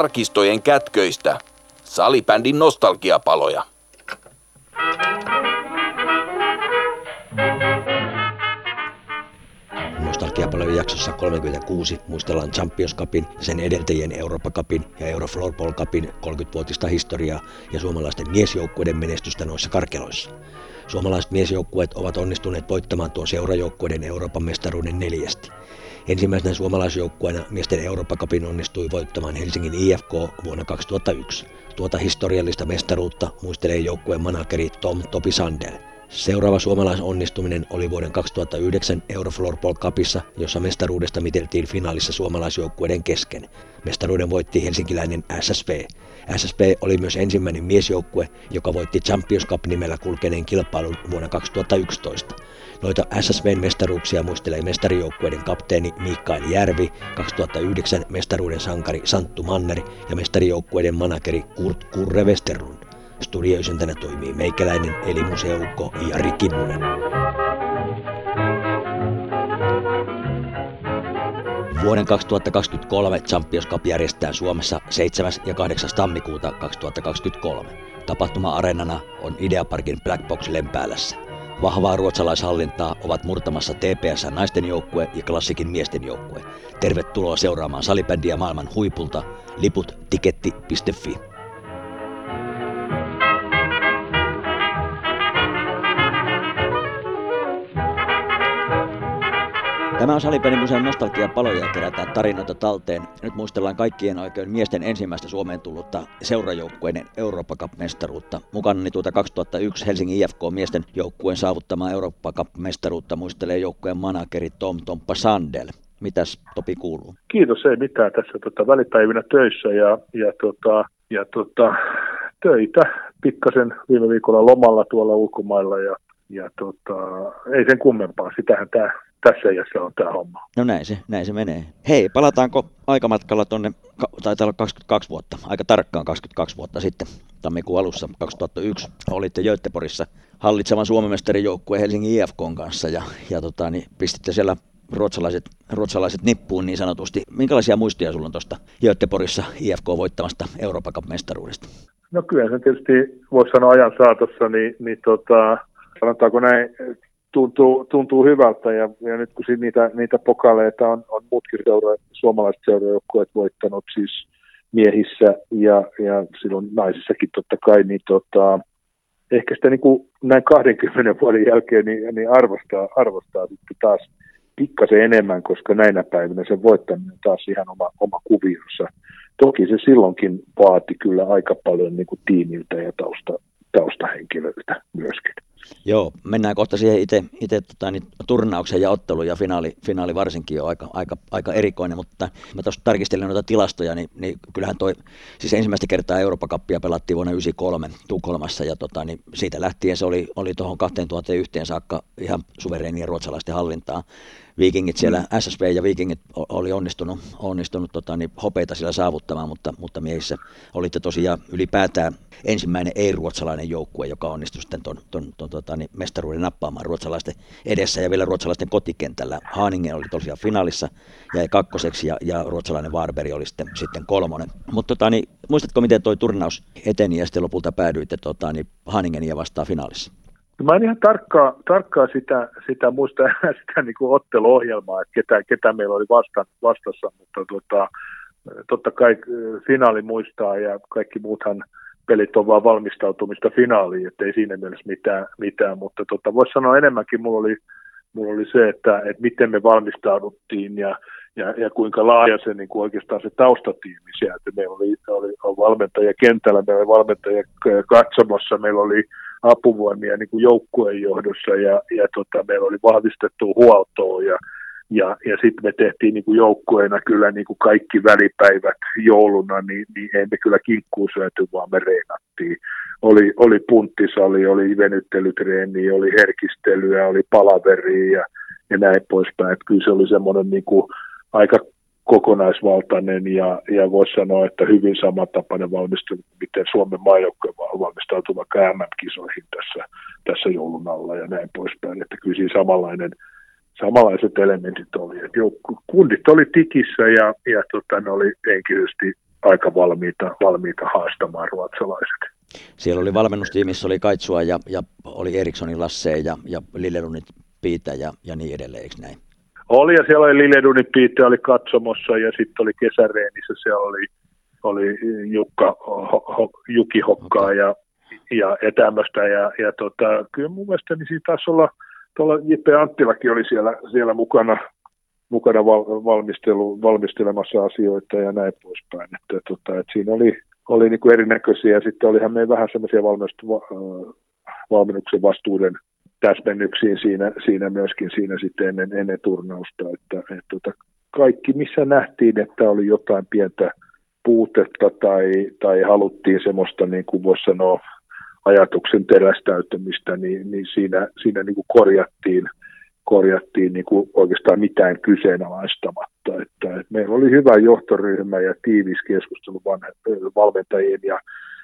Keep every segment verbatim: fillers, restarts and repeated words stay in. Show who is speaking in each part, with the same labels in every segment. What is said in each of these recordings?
Speaker 1: arkistojen kätköistä. Salibändin nostalgiapaloja.
Speaker 2: Nostalgiapalojen jaksossa kolmekymmentäkuusi muistellaan Champions Cupin ja sen edeltäjien Eurooppa Cupin ja Euro Floorball Cupin kolmekymmenvuotista historiaa ja suomalaisten miesjoukkueiden menestystä noissa karkeloissa. Suomalaiset miesjoukkueet ovat onnistuneet voittamaan tuon seurajoukkueiden Euroopan mestaruuden neljästi. Ensimmäisenä suomalaisjoukkueena miesten Eurooppa Cupin onnistui voittamaan Helsingin I F K vuonna kaksituhattayksi. Tuota historiallista mestaruutta muistelee joukkueen manageri Tom Topi Sandel. Seuraava suomalaisonnistuminen oli vuoden kaksituhattayhdeksän Euro Floorball Cupissa, jossa mestaruudesta miteltiin finaalissa suomalaisjoukkueiden kesken. Mestaruuden voitti helsinkiläinen S S V. S S V oli myös ensimmäinen miesjoukkue, joka voitti Champions Cup-nimellä kulkeneen kilpailun vuonna kaksituhattayksitoista. Noita S S V:n mestaruuksia muistelee mestarijoukkueiden kapteeni Mikael Järvi, kaksituhattayhdeksän mestaruuden sankari Santtu Manner ja mestarijoukkueiden manageri Kurt Kurre Westerlund. Studioisäntänä toimii meikäläinen eli museoukko Jari Kinnunen. Vuoden kaksituhattakaksikymmentäkolme Champions Cup järjestetään Suomessa seitsemäs ja kahdeksas tammikuuta kaksituhattakaksikymmentäkolme. Tapahtuma-areenana on Ideaparkin Black Box Lempäälässä. Vahvaa ruotsalaishallintaa ovat murtamassa T P S naisten joukkue ja Klassikin miesten joukkue. Tervetuloa seuraamaan salibändiä maailman huipulta. Liput tiketti piste fi. Tämä on Salibändin museon nostalgiapaloja ja kerätään tarinoita talteen. Nyt muistellaan kaikkien aikojen miesten ensimmäistä Suomeen tullutta seurajoukkueiden Eurooppa Cup-mestaruutta. Mukanani tuota kaksituhattayksi Helsingin I F K miesten joukkueen saavuttamaa Eurooppa Cup-mestaruutta muistelee joukkueen manageri Tom Tomppa Sandel. Mitäs Topi kuuluu?
Speaker 3: Kiitos, ei mitään tässä tota, välipäivinä töissä ja, ja, tota, ja tota, töitä pikkasen viime viikolla lomalla tuolla ulkomailla ja, ja tota, ei sen kummempaa, sitähän tämä tässä iässä on tämä homma.
Speaker 2: No näin se, näin se menee. Hei, palataanko aikamatkalla tuonne, taitaa olla kaksikymmentäkaksi vuotta, aika tarkkaan kaksikymmentäkaksi vuotta sitten, tammikuun alussa kaksituhattayksi. Olitte Göteborgissa hallitsevan Suomen mestarijoukkueen Helsingin I F K:n kanssa ja, ja tota, niin pistitte siellä ruotsalaiset, ruotsalaiset nippuun niin sanotusti. Minkälaisia muistia sulla on tuosta Göteborgissa I F K voittamasta Euroopan Cup-mestaruudesta?
Speaker 3: No kyllä se tietysti voisi sanoa ajan saatossa, niin, niin tota, sanotaanko näin, Tuntuu, tuntuu hyvältä ja, ja nyt kun niitä, niitä pokaleita on, on muutkin seura, suomalaiset seurajoukkueet voittanut siis miehissä ja, ja silloin naisissakin totta kai, niin tota, ehkä sitä niin kuin näin kahdenkymmenen vuoden jälkeen niin, niin arvostaa, arvostaa sitten taas pikkasen enemmän, koska näinä päivinä sen voittaminen on taas ihan oma, oma kuvionsa. Toki se silloinkin vaati kyllä aika paljon niin kuin tiimiltä ja tausta, taustahenkilöiltä myöskin.
Speaker 2: Joo, mennään kohta siihen itse, itse tota, niin, turnaukseen ja otteluun ja finaali, finaali varsinkin on aika, aika, aika erikoinen, mutta mä tuossa tarkistelin noita tilastoja, niin, niin kyllähän toi, siis ensimmäistä kertaa Eurooppa Cupia pelattiin vuonna yhdeksänkymmentäkolme Tukholmassa ja tota, niin siitä lähtien se oli, oli tuohon kaksituhattayksi saakka ihan suvereenien ruotsalaisten hallintaa. Vikingit siellä, mm. S S V ja Vikingit oli onnistunut, onnistunut tota, niin hopeita siellä saavuttamaan, mutta, mutta miehissä olitte tosiaan ylipäätään ensimmäinen ei-ruotsalainen joukkue, joka onnistui sitten ton, ton, ton, tota, niin mestaruuden nappaamaan ruotsalaisten edessä ja vielä ruotsalaisten kotikentällä. Haningen oli tosiaan finaalissa, jäi kakkoseksi ja, ja ruotsalainen Varberg oli sitten, sitten kolmonen. Mutta tota, niin, muistatko, miten tuo turnaus eteni ja sitten lopulta päädyitte tota, niin Haningenia vastaan finaalissa?
Speaker 3: Mä en ihan tarkkaa, tarkkaa sitä, sitä muista sitä niin kuin otteluohjelmaa, että ketä, ketä meillä oli vasta, vastassa, mutta tota, totta kai finaali muistaa ja kaikki muuthan pelit on vaan valmistautumista finaaliin, ettei siinä mielessä mitään, mitään. Mutta tota, voisi sanoa enemmänkin, mulla oli, mulla oli se, että, että miten me valmistauduttiin ja, ja, ja kuinka laaja se niin kuin oikeastaan se taustatiimi sieltä. Meillä oli, oli valmentajia kentällä, meillä oli valmentajia katsomossa, meillä oli apuvoimia niin kuin joukkueen johdossa ja, ja tota, meillä oli vahvistettu huoltoa ja, ja, ja sitten me tehtiin niin kuin joukkueena kyllä niin kuin kaikki välipäivät jouluna, niin, niin ei me kyllä kinkkuun syöty, vaan me reenattiin. Oli, oli punttisali, oli venyttelytreeni, oli herkistelyä, oli palaveria ja, ja näin poispäin. Että kyllä se oli semmoinen niin kuin aika kokonaisvaltainen ja, ja voisi sanoa, että hyvin samantapainen valmistelu, miten Suomen maajoukkue valmistautuu vaikka M M-kisoihin tässä, tässä joulun alla ja näin poispäin. Että kyllä siinä samanlainen, samanlaiset elementit oli. Että jo, kundit oli tikissä ja, ja tota, ne oli henkilösti aika valmiita, valmiita haastamaan ruotsalaiset.
Speaker 2: Siellä oli valmennustiimissä, oli Kaitsua ja, ja oli Erikssonin Lasse ja, ja Liljelundin Piitä ja, ja niin edelleen, eikö näin?
Speaker 3: Oli, ja siellä oli Liljelundin Piitä, oli katsomossa, ja sitten oli kesäreenissä, siellä oli, oli Jukka, ho, ho, Juki Hokkaa okay. ja, ja, ja tämmöistä, ja, ja tota, kyllä mun mielestä niin siinä taisi olla, tuolla J P Anttilakin oli siellä, siellä mukana, mukana val, valmistelu, valmistelemassa asioita ja näin poispäin, että, tota, että siinä oli, oli niin kuin erinäköisiä, ja sitten olihan meillä vähän semmoisia valmennuksen vastuuden täsmennyksiin siinä, siinä myöskin siinä sitten ennen, ennen turnausta, että, että, että kaikki missä nähtiin, että oli jotain pientä puutetta tai, tai haluttiin semmoista, niin kuin voisi sanoa, ajatuksen terästäytymistä, niin, niin siinä, siinä niin kuin korjattiin, korjattiin niin kuin oikeastaan mitään kyseenalaistamatta. Että, että meillä oli hyvä johtoryhmä ja tiivis keskustelu valmentajien ja,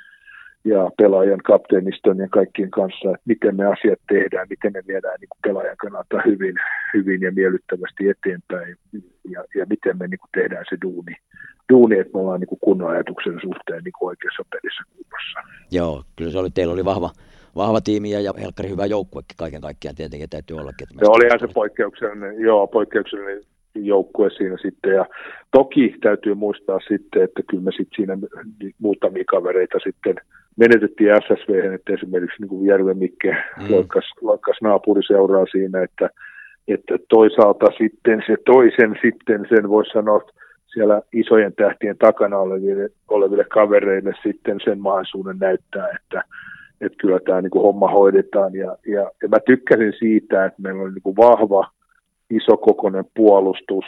Speaker 3: ja pelaajan, kapteeniston ja kaikkien kanssa, että miten me asiat tehdään, miten me viedään niin kuin pelaajan kannalta hyvin, hyvin ja miellyttävästi eteenpäin ja, ja miten me niin kuin tehdään se duuni. duuni, että me ollaan niin kuin kunnon ajatuksen suhteen niin kuin oikeassa pelissä kunnossa.
Speaker 2: Joo, kyllä se oli, teillä oli vahva, vahva tiimi ja helkkari hyvä joukkuekin kaiken kaikkiaan tietenkin täytyy ollakin.
Speaker 3: Se olihan se poikkeuksellinen, joo, poikkeuksellinen joukkue siinä sitten, ja toki täytyy muistaa sitten, että kyllä me sitten siinä muutamia kavereita sitten menetettiin S S V:hen, että esimerkiksi niin kuin Järven Mikke mm. loikkas, loikkas naapuriseuraa siinä, että, että toisaalta sitten se toisen sitten sen voisi sanoa, siellä isojen tähtien takana oleville, oleville kavereille sitten sen mahdollisuuden näyttää, että, että kyllä tämä niin kuin homma hoidetaan. Ja, ja, ja mä tykkäsin siitä, että meillä oli niin kuin vahva, isokokoinen puolustus,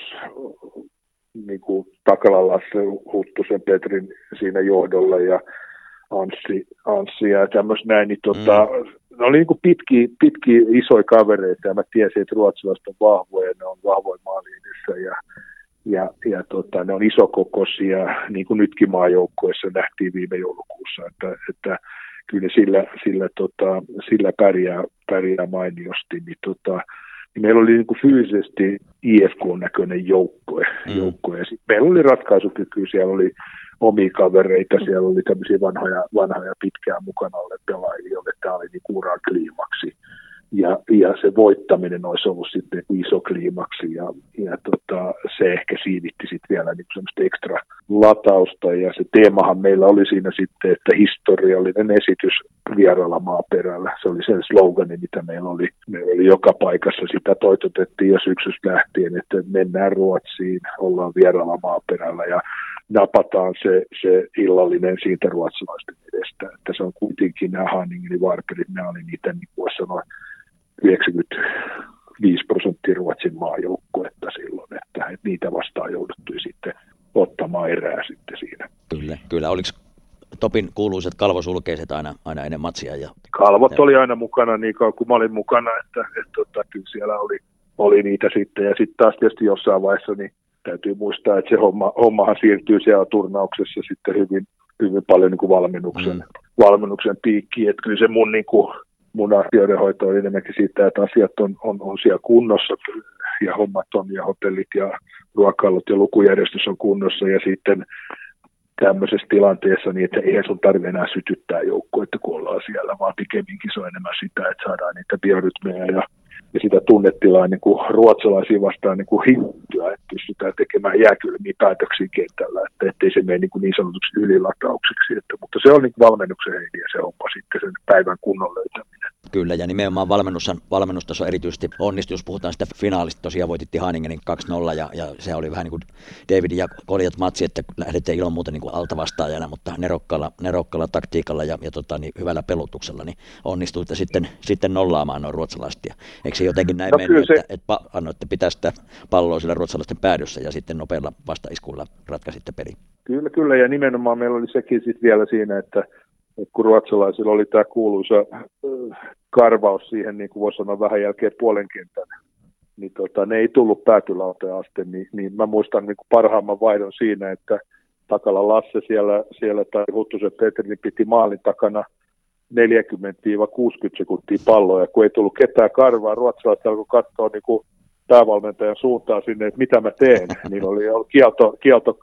Speaker 3: niin kuin Takalan Lasse, Huttusen Petrin siinä johdolla ja Anssi, Anssi ja tämmöistä näin. Niin tota, mm. Ne oli niin kuin pitkiä, pitkiä isoja kavereita ja mä tiesin, että ruotsalaiset on vahvoja, ne on vahvoja maaliidissa ja Ja, ja tota, ne on isokokoisia, niin kuin nytkin maajoukkueessa nähtiin viime joulukuussa, että, että kyllä sillä, sillä, tota, sillä pärjää, pärjää mainiosti. Niin, tota, niin meillä oli niin kuin fyysisesti I F K-näköinen joukkue. Mm. joukkue. Ja meillä oli ratkaisukyky, siellä oli omia kavereita, siellä oli tämmöisiä vanhoja, vanhoja pitkään mukana olleet pelaajia, joille tämä oli niin uran kliimaksi. Ja, ja se voittaminen olisi ollut sitten iso kliimaksi ja, ja tota, se ehkä siivitti sitten vielä niin semmoista ekstra latausta ja se teemahan meillä oli siinä sitten, että historiallinen esitys vieraalla maaperällä. Se oli se slogani, mitä meillä oli. Meillä oli joka paikassa, sitä toitotettiin jo syksystä lähtien, että mennään Ruotsiin, ollaan vieraalla maaperällä ja napataan se, se illallinen siitä ruotsalaisten edestä. Että se on kuitenkin nämä Haningelin Varperit, nämä oli niitä, niin kuin sanoa, yhdeksänkymmentäviisi prosenttia Ruotsin maajoukkuetta silloin, että, että niitä vastaan jouduttiin sitten ottamaan erää sitten siinä.
Speaker 2: Kyllä, kyllä. Oliko Topin kuuluisat kalvosulkeiset aina, aina ennen matsia? Ja...
Speaker 3: Kalvot ja... oli aina mukana niin kauan kuin mä olin mukana, että, että, että kyllä siellä oli, oli niitä sitten. Ja sitten taas tietysti jossain vaiheessa niin täytyy muistaa, että se homma, hommahan siirtyy siellä turnauksessa sitten hyvin, hyvin paljon niin kuin valmennuksen, mm. valmennuksen piikkiin. Että kyllä se mun niin kuin mun asioidenhoito on enemmänkin siitä, että asiat on, on, on siellä kunnossa ja hommat on ja hotellit ja ruokailut ja lukujärjestys on kunnossa ja sitten tämmöisessä tilanteessa niin, että eihän sun tarvitse enää sytyttää joukkuetta, kun ollaan siellä, vaan pikemminkin se on enemmän sitä, että saadaan niitä biorytmejä ja, ja sitä tunnetilaa niin kuin ruotsalaisia vastaan niin kuin hinttyä, että pystytään tekemään jääkylmiä päätöksiä kentällä, että ettei se mene niin, kuin niin sanotuksi ylilataukseksi, että, mutta se on niin kuin valmennuksen heidi ja se homma sitten sen päivän kunnon löytäminen.
Speaker 2: Kyllä, ja nimenomaan valmennustaso erityisesti onnistui, jos puhutaan sitä finaalista, tosiaan voitittiin Haningenin kaksi nolla, ja, ja se oli vähän niin kuin Davidin ja Goliat matsi, että lähdettiin ilman muuta niin kuin altavastaajana, mutta nerokkaalla, nerokkaalla taktiikalla ja, ja tota, niin hyvällä pelutuksella niin onnistuitte sitten, sitten nollaamaan noin ruotsalaiset. Ja eikö se jotenkin näin no, mennyt, se... että, että annoitte pitää sitä palloa sillä ruotsalaisten päädyssä ja sitten nopealla vastaiskuilla ratkaisitte peli? Kyllä,
Speaker 3: kyllä, ja nimenomaan meillä oli sekin sitten vielä siinä, että että kun ruotsalaisilla oli tämä kuuluisa karvaus siihen, niin kuin voisi sanoa vähän jälkeen puolen kentän, niin tota, ne ei tullut päätylauteen asti, niin, niin mä muistan niin kuin parhaamman vaihdon siinä, että Takala Lasse siellä, siellä tai Huttusen Petri niin piti maalin takana neljäkymmentä kuusikymmentä sekuntia palloa, ja kun ei tullut ketään karvaa, ruotsalaiset alkoi katsoa niin kuin päävalmentajan suuntaan sinne, että mitä mä teen, niin oli kielto, kielto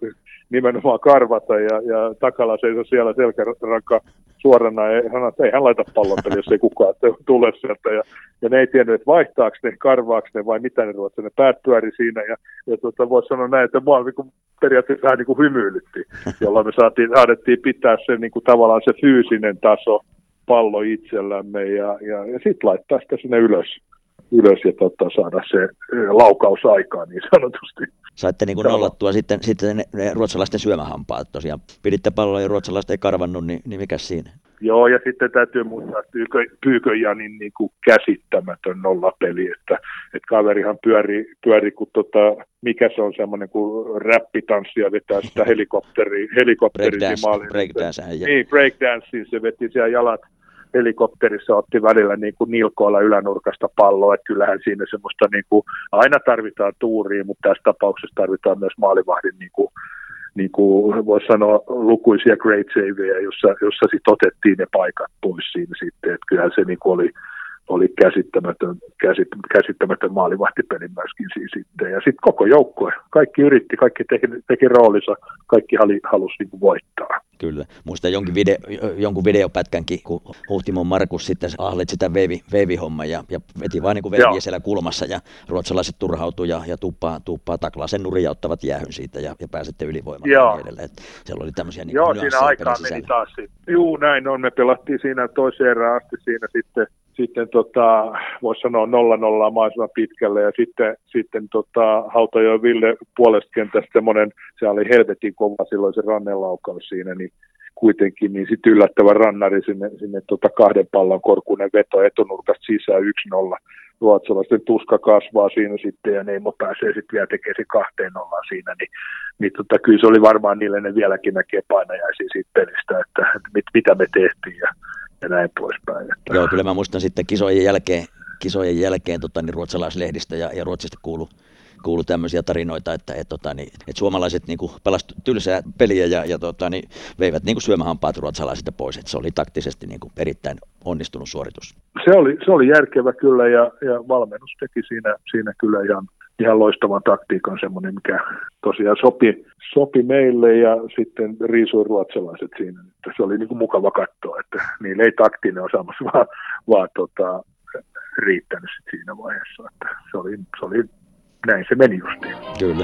Speaker 3: nimenomaan karvata ja, ja Takala seisoi siellä selkäranka suorana ja hän sanoi, että ei hän laita pallonpeliä, jos ei kukaan tule sieltä. Ja, ja ne ei tiennyt, että vaihtaako ne, karvaako ne vai mitä ne ruotsi. Ne päät pyöri siinä ja, ja tuota, voisi sanoa näin, että mua niin periaatteessa vähän niin kuin hymyilytti, jolloin me saatiin, saadettiin pitää se niin kuin tavallaan se fyysinen taso pallo itsellämme ja, ja, ja sitten laittaa sitä sinne ylös. ylös ja tota, saada se laukaus aikaan niin sanotusti.
Speaker 2: Saitte niin kuin nollattua sitten, sitten ne, ne ruotsalaisten syömähampaat tosiaan. Piditte palloa ja ruotsalaiset ei karvannut, niin, niin mikäs siinä?
Speaker 3: Joo, ja sitten täytyy muistaa Pyykö, Pyykön Janin niin kuin käsittämätön nollapeli, että, että kaverihan pyöri, pyöri kun tota, mikä se on semmoinen kuin räppitanssi ja vetää sitä helikopteri, helikopteri
Speaker 2: breakdance, breakdance,
Speaker 3: niin, breakdanceen se veti siellä jalat helikopterissa, otti välillä niin kuin nilkoilla ylänurkasta palloa, että kyllähän siinä semmoista niin kuin, aina tarvitaan tuuria, mutta tässä tapauksessa tarvitaan myös maalivahdin niin kuin, niin kuin voisi sanoa lukuisia great saveja, jossa, jossa sitten otettiin ne paikat pois siinä sitten, että kyllähän se niin kuin oli, oli käsittämätön, käsit, käsittämätön maalivahtipeli myöskin siinä sitten. Ja sitten koko joukkue, kaikki yritti, kaikki teki, teki roolinsa, kaikki halusi niin kuin voittaa.
Speaker 2: Kyllä. Muistan jonkin, video, jonkun videopätkänkin, kun Huhtimon Markus sitten ahlet sitä veivi, veivihomman ja, ja veti vain niin veiviä siellä kulmassa ja ruotsalaiset turhautui ja, ja tuppaa, tuppaa taklaa sen nurin ja ottavat jäähyn siitä ja, ja pääsette ylivoimaan ja niin edelleen. Että siellä oli tämmöisiä niin
Speaker 3: Joo, siinä aikaa meni taas. Juu, näin on. Me pelattiin siinä toiseen erään asti siinä sitten. Sitten tota, voisi sanoa nolla nollaa mahdollisimman pitkälle ja sitten, sitten tota, Hautajoen Ville puolesta kentästä semmoinen, se oli helvetin kova silloin se rannenlaukaus siinä, niin kuitenkin niin sitten yllättävä rannari sinne, sinne tota kahden pallon korkuinen veto etunurkasta sisään yksi nolla. Ruotsalaisten tuska kasvaa siinä sitten ja Neimo pääsee sitten vielä tekemään kahteen nollaan siinä, niin, niin tota, kyllä se oli varmaan niille ne vieläkin näkee painajaisia siitä pelistä, että, että mit, mitä me tehtiin ja ja näin poispäin. Että.
Speaker 2: Joo, kyllä mä muistan sitten kisojen jälkeen, kisojen jälkeen tota, niin ruotsalaislehdistä ja, ja Ruotsista kuulu, kuulu tämmöisiä tarinoita, että et, tota, niin, et suomalaiset niinku pelasivat tylsää peliä ja, ja tota, niin, veivät niinku syömähampaat ruotsalaisilta pois. Et se oli taktisesti niinku erittäin onnistunut suoritus.
Speaker 3: Se oli, se oli järkevä kyllä ja, ja valmennus teki siinä, siinä kyllä ihan, ihan loistavan taktiikan semmoinen, mikä tosiaan sopi, sopi meille ja sitten riisui ruotsalaiset siinä. Että se oli niin kuin mukava katsoa, että niillä ei taktinen osaamus vaan, vaan tota, riittänyt sit siinä vaiheessa. Että se, oli, se oli, näin se meni justiin.
Speaker 2: Kyllä.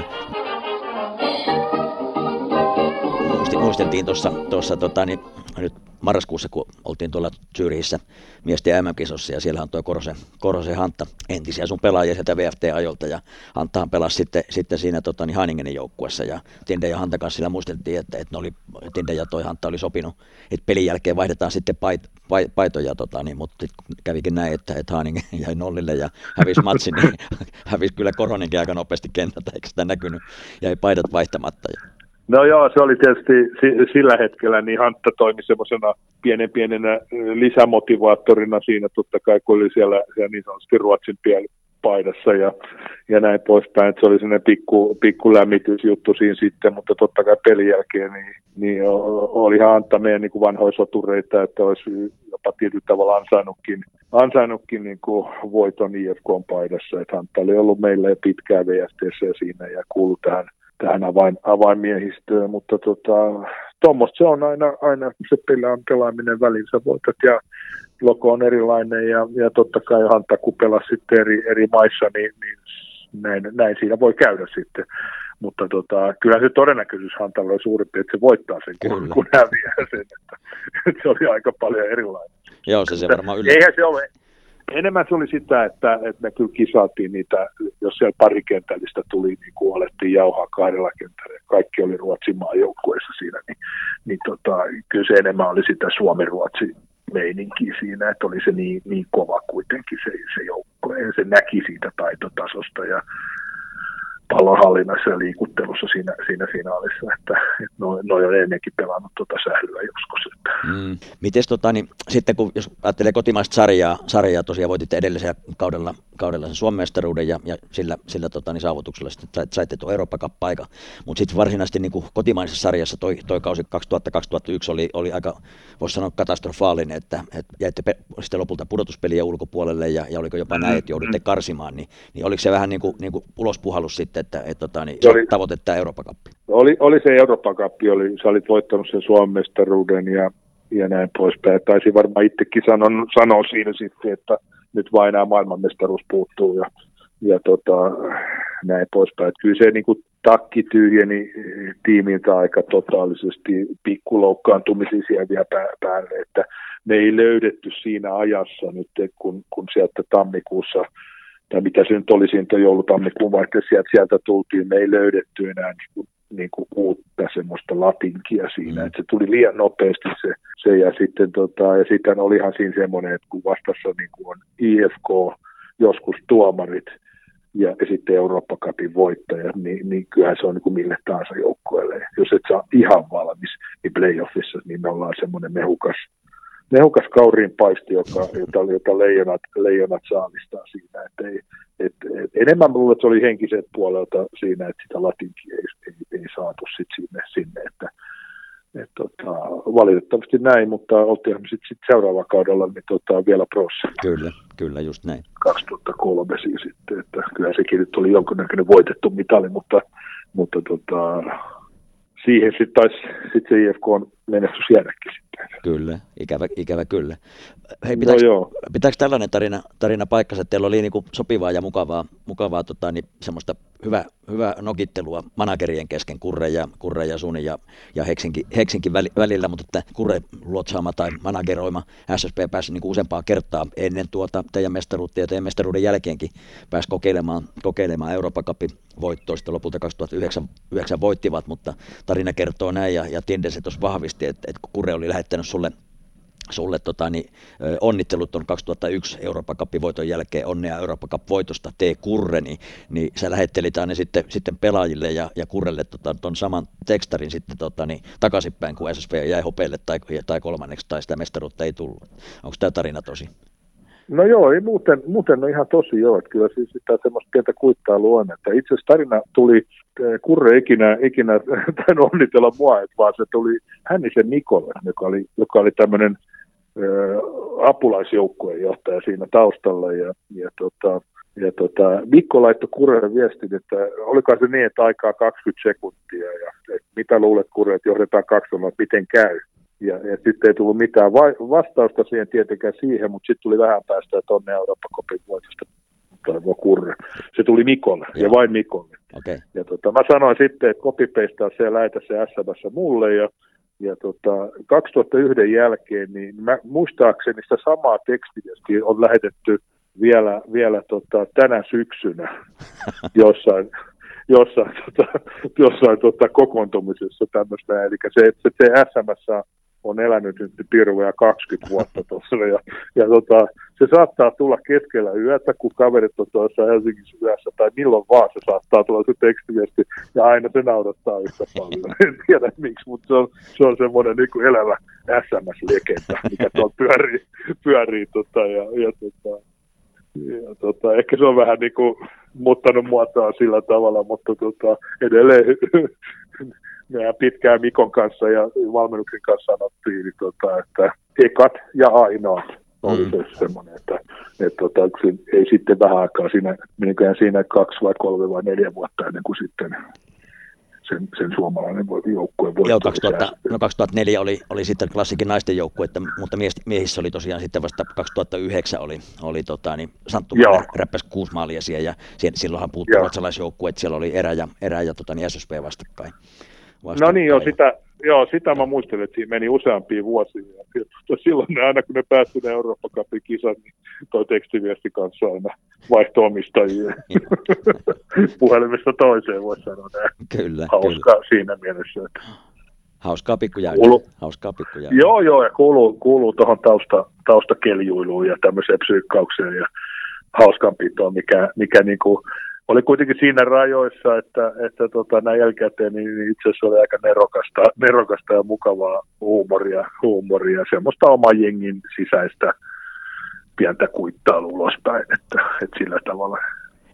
Speaker 2: Muisteltiin tuossa, tuossa tota, niin, nyt marraskuussa, kun oltiin tuolla Zyrihissä miesten M M-kisossa ja siellä on tuo Korosen, Korosen Hantta, entisiä sun pelaajia sieltä V F T-ajolta ja Hanttahan pelasi sitten, sitten siinä tota, niin Heiningenin joukkuessa ja Tinde ja Hantta kanssa sillä muisteltiin, että, että ne oli, Tinde ja toi Hantta oli sopinut, että pelin jälkeen vaihdetaan sitten pait, pait, paitoja, tota, niin, mutta kävikin näin, että, että Heiningen jäi nollille ja hävisi matsin, niin hävisi kyllä Koronenkin aika nopeasti kentältä, eikä sitä näkynyt, jäi paidat vaihtamatta.
Speaker 3: No joo, se oli tietysti sillä hetkellä, niin Hantta toimi semmoisena pienen pienenä lisämotivaattorina siinä, totta kai kun oli siellä, siellä niin sanotusti Ruotsin paidassa ja, ja näin poispäin, että se oli sellainen pikku, pikku lämmitysjuttu siinä sitten, mutta totta kai pelin jälkeen niin, niin olihan Hantta meidän niin kuin vanhoja sotureita, että olisi jopa tietyllä tavalla ansainnutkin, ansainnutkin niin kuin voiton I F K:n paidassa, että Hantta oli ollut meillä jo pitkään V F T:ssä siinä ja kuului tähän tähän avain, avainmiehistöön, mutta tota, tuommoista se on aina, aina se pelaa, pelaaminen välinsä voitat ja logo on erilainen ja, ja totta kai Hantta kun pelasi sitten eri, eri maissa, niin, niin näin, näin siinä voi käydä sitten, mutta tota, kyllä se todennäköisyys Hantalla oli suurempi, että se voittaa sen, kun, kun häviää sen, että, että se oli aika paljon erilainen.
Speaker 2: Joo, se se varmaan yllättää.
Speaker 3: Eihän se ole. Enemmän se oli sitä, että, että me kyllä kisaatiin niitä, jos siellä parikentällistä tuli, niin kuin alettiin jauhaa kahdella kentällä. Kaikki oli Ruotsin maajoukkueessa siinä, niin, niin tota, kyllä se enemmän oli sitä Suomi-Ruotsi meininkiä siinä, että oli se niin, niin kova kuitenkin se, se joukkue. Ja se näki siitä taitotasosta ja pallonhallinnassa ja liikuttelussa siinä, siinä finaalissa, että, että noi, noi on ennenkin pelannut tuota sählyä joskus. Että.
Speaker 2: Mm. Mites tota, niin, sitten kun jos ajattelee kotimaista sarjaa, sarjaa tosiaan voititte edellisellä kaudella, kaudella sen Suomen mestaruuden ja, ja sillä, sillä tota, niin saavutuksella sitten saitte tuon Eurooppa Cup-paikan, mutta sitten varsinaisesti niin kuin kotimaisessa sarjassa toi, toi kausi kaksituhatta kaksituhattayksi oli, oli aika, voisi sanoa katastrofaalinen, että, että jäitte pe- sitten lopulta pudotuspeliä ulkopuolelle ja, ja oliko jopa näin, että joudutte karsimaan, niin, niin oliko se vähän niin kuin, niin kuin ulospuhallus sitten sitten, että et, tota, niin,
Speaker 3: oli,
Speaker 2: tavoite tämä Euroopan Cup?
Speaker 3: Oli, oli se Euroopan Cup, oli, sä olit voittanut sen Suomen mestaruuden ja, ja näin poispäin. Taisi varmaan itsekin sanon, sanoa siinä sitten, että nyt vain enää maailmanmestaruus puuttuu ja, ja tota, näin poispäin. Että kyllä se niin kuin takki tyhjeni tiimiltä aika totaalisesti, pikkuloukkaantumisia siellä vielä päälle, että me ei löydetty siinä ajassa nyt, kun, kun sieltä tammikuussa, tai mitä se nyt oli siitä joulutammikuun vaihteessa, sieltä, sieltä tultiin, me ei löydetty enää niin kuin, niin kuin uutta semmoista latinkia siinä, mm. että se tuli liian nopeasti se, se ja sitten tota, ja sitten olihan siinä semmoinen, että kun vastassa niin kuin on I F K, joskus tuomarit, ja, ja sitten Eurooppa Cupin voittaja, niin, niin kyllähän se on niin kuin mille tahansa joukkueelle. Jos et saa ihan valmis, niin playoffissa, niin me ollaan semmoinen mehukas, mehukas kauriin paisti, joka, jota, jota leijonat, leijonat saalistaa siinä. Et ei, et, et, enemmän minulle, että se oli henkiset puolelta siinä, että sitä latinkia ei, ei, ei saatu sit sinne, sinne että et, tota, valitettavasti näin, mutta oltiin sitten sit seuraavalla kaudella niin, tota, vielä prossa.
Speaker 2: Kyllä, kyllä, just näin.
Speaker 3: kaksituhattakolme siis sitten, että kyllä sekin nyt oli jonkinnäköinen voitettu mitali, mutta, mutta tota, siihen sitten taisi sit se I F K:n menestys jäädäkin sitten.
Speaker 2: Kyllä, ikävä, ikävä kyllä. Hei, pitääkö, no pitääkö tällainen tarina, tarina paikkansa, että teillä oli niinku sopivaa ja mukavaa, mukavaa tota, niin semmoista hyvä, hyvä nokittelua managerien kesken, Kurre ja, Kurre ja Suni ja, ja Heksinkin, Heksinkin välillä, mutta että Kurre luotsaama tai manageroima S S P pääsi niinku useampaa kertaa ennen tuota teidän mestaruutta ja teidän mestaruuden jälkeenkin pääsi kokeilemaan, kokeilemaan Euroopan Cupin voittoa, sitten lopulta kaksituhattayhdeksän voittivat, mutta tarina kertoo näin ja, ja Tindese tuossa vahvisti, että, että Kurre oli lähettänyt sulle Sulle tota, niin, onnittelut on kaksituhattayksi Euroopan Cupin voiton jälkeen, onnea Euroopan Cup voitosta T. Kurre, niin, niin sä lähettelit aina sitten, sitten pelaajille ja, ja Kurrelle tota, ton saman tekstarin sitten tota, niin, takaisinpäin, kun S S V jäi hopeille tai, tai kolmanneksi tai sitä mestaruutta ei tullut. Onko tämä tarina tosi?
Speaker 3: No joo, ei muuten, muuten on ihan tosi joo, että kyllä siis sitä semmoista pientä kuittailua on, että itse asiassa tarina tuli, Kurre ikinä, ikinä tainnut onnitella mua, että vaan se tuli Hännisen Mikolle, joka oli, joka oli tämmöinen apulaisjoukkueenjohtaja siinä taustalla ja, ja, tota, ja tota, Mikko laittoi Kurrelle viestin, että olikohan se niin, että aikaa kaksikymmentä sekuntia ja että mitä luulet Kurre, että johdetaan kaksi että miten käy. Ja, ja sitten ei tullut mitään va- vastausta siihen tietenkään siihen, mutta sitten tuli vähän päästä tonne Euroopan Cupin voitosta toivoa Kurre. Se tuli Mikolle ja, ja vain Mikolle.
Speaker 2: Okay.
Speaker 3: Ja tota, mä sanoin sitten, että copy-pastea se ja lähetä se S M S mulle ja Ja tota, kaksituhattayksi jälkeen, niin mä muistaakseni sitä samaa tekstiviestiä on lähetetty vielä, vielä tota, tänä syksynä jossain, jossain, tota, jossain tota, kokoontumisessa tämmöistä. Eli se, että se S M S on elänyt nyt pirveä kaksikymmentä vuotta tuossa. Ja, ja tota, se saattaa tulla keskellä yötä, kun kaverit on tuossa Helsingissä yössä, tai milloin vaan se saattaa tulla se tekstiviesti, ja aina se naurattaa yhtä paljon. En tiedä miksi, mutta se on, se on semmoinen niin kuin elävä S M S-legenda, mikä tuolla pyörii, pyörii tota, ja, ja, tota, ja tota, ehkä se on vähän niin kuin muuttanut muotoa sillä tavalla, mutta tota, edelleen meidän pitkään Mikon kanssa ja valmennuksen kanssa sanottiin, niin tota, että ekat ja ainoat oli mm. se semmoinen, että, että, että ei sitten vähän aikaa siinä, meniköhän siinä kaksi vai kolme vai neljä vuotta ennen kuin sitten sen, sen suomalainen joukkue voittoi.
Speaker 2: Joo, kaksituhatta, no kaksituhattaneljä oli, oli sitten klassikin naisten joukkue, mutta miehissä oli tosiaan sitten vasta kaksituhattayhdeksän oli, oli tota, niin Santtu räppäsi kuusi maalia siellä ja silloinhan puuttui ruotsalaisjoukkue, että siellä oli erä ja, erä ja tota, niin S S P vastakkain.
Speaker 3: No niin, joo, sitä, joo, sitä mä muistelin, että siinä meni useampia vuosia. Ja silloin aina, kun ne pääsivät ne Euroopan Cupin kisat, niin toi tekstiviesti kanssa aina vaihtoi omistajia. Puhelimesta toiseen, voisi sanoa näin.
Speaker 2: Kyllä,
Speaker 3: Hauskaa
Speaker 2: kyllä.
Speaker 3: Siinä mielessä. Että
Speaker 2: hauskaa pikkujäädä. Hauskaa pikkujäädä.
Speaker 3: Joo, joo, ja kuuluu, kuuluu tuohon tausta, taustakeljuiluun ja tämmöiseen psyykkaukseen ja hauskanpitoon, mikä, mikä niinku oli kuitenkin siinä rajoissa, että, että tota, näin jälkikäteen niin itse asiassa oli aika nerokasta, nerokasta ja mukavaa huumoria, huumoria, semmoista oman jengin sisäistä pientä kuittailua ulospäin, että, että sillä tavalla.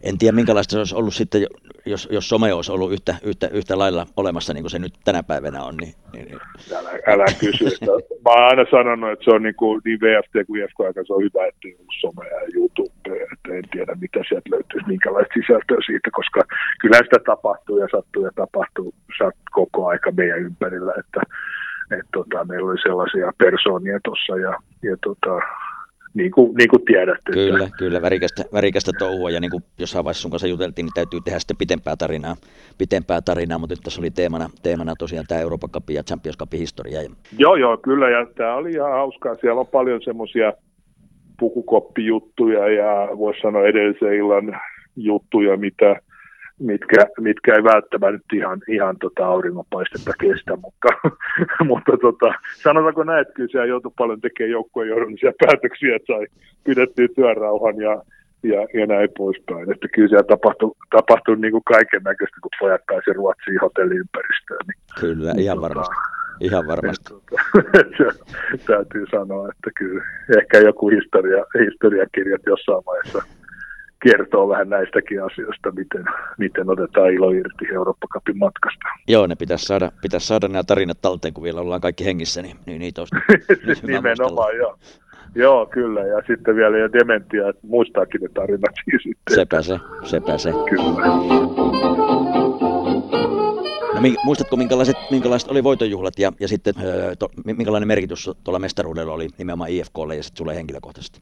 Speaker 2: En tiedä, minkälaista se olisi ollut sitten, jos, jos some olisi ollut yhtä, yhtä, yhtä lailla olemassa, niin kuin se nyt tänä päivänä on. Niin, niin...
Speaker 3: Älä, älä kysy. Että, mä oon aina sanonut, että se on niin, kuin, niin V F T kuin I F K-aika, se on hyvä, että ei ollut somea ja YouTube, että en tiedä, mitä sieltä löytyisi, minkälaista sisältöä siitä, koska kyllä sitä tapahtuu ja sattuu ja tapahtuu koko aika meidän ympärillä, että et, tota, meillä oli sellaisia persoonia tuossa ja, ja tota, Niin kuin, niin kuin tiedätte.
Speaker 2: Kyllä,
Speaker 3: että...
Speaker 2: kyllä värikästä, värikästä touhua, ja niin kuin jossain vaiheessa sun kanssa juteltiin, niin täytyy tehdä sitten pitempää tarinaa, pitempää tarinaa, mutta nyt tässä oli teemana, teemana tosiaan tämä Euroopan Cupin ja Champions Cupin historia.
Speaker 3: Joo, joo, kyllä, ja tämä oli ihan hauskaa. Siellä on paljon semmoisia pukukoppijuttuja ja voisi sanoa edellisen illan juttuja, mitä, mitkä, mitkä ei välttämättä ihan, ihan tota auringonpaistetta kestä, mutta, mutta tota, sanotaanko näin, että kyllä siellä joutui paljon tekemään joukkueen johdollisia päätöksiä, että sai pidettyä työrauhan ja, ja, ja näin poispäin. Että kyllä siellä tapahtui, tapahtui niin kuin kaiken näköistä, kun pojat pääsi Ruotsiin hotelliympäristöön. Niin,
Speaker 2: kyllä,
Speaker 3: niin,
Speaker 2: ihan
Speaker 3: tota,
Speaker 2: varmasti. Ihan varmasti.
Speaker 3: Tota, täytyy sanoa, että kyllä ehkä joku historia, historiakirjat jossain vaiheessa kertoo vähän näistäkin asioista, miten, miten otetaan ilo irti Eurooppa-cupin matkasta.
Speaker 2: Joo, ne pitäisi saada, pitäisi saada nämä tarinat talteen, kun vielä ollaan kaikki hengissä, niin, niin niitä olisi
Speaker 3: nimenomaan, joo. Joo, kyllä, ja sitten vielä ja dementia, että muistaakin ne tarinat siis sitten.
Speaker 2: Sepä se, sepä se.
Speaker 3: Kyllä.
Speaker 2: No, muistatko, minkälaiset, minkälaiset oli voitonjuhlat ja, ja sitten to, minkälainen merkitys tuolla mestaruudella oli nimenomaan I F K:lle ja sitten sulle henkilökohtaisesti?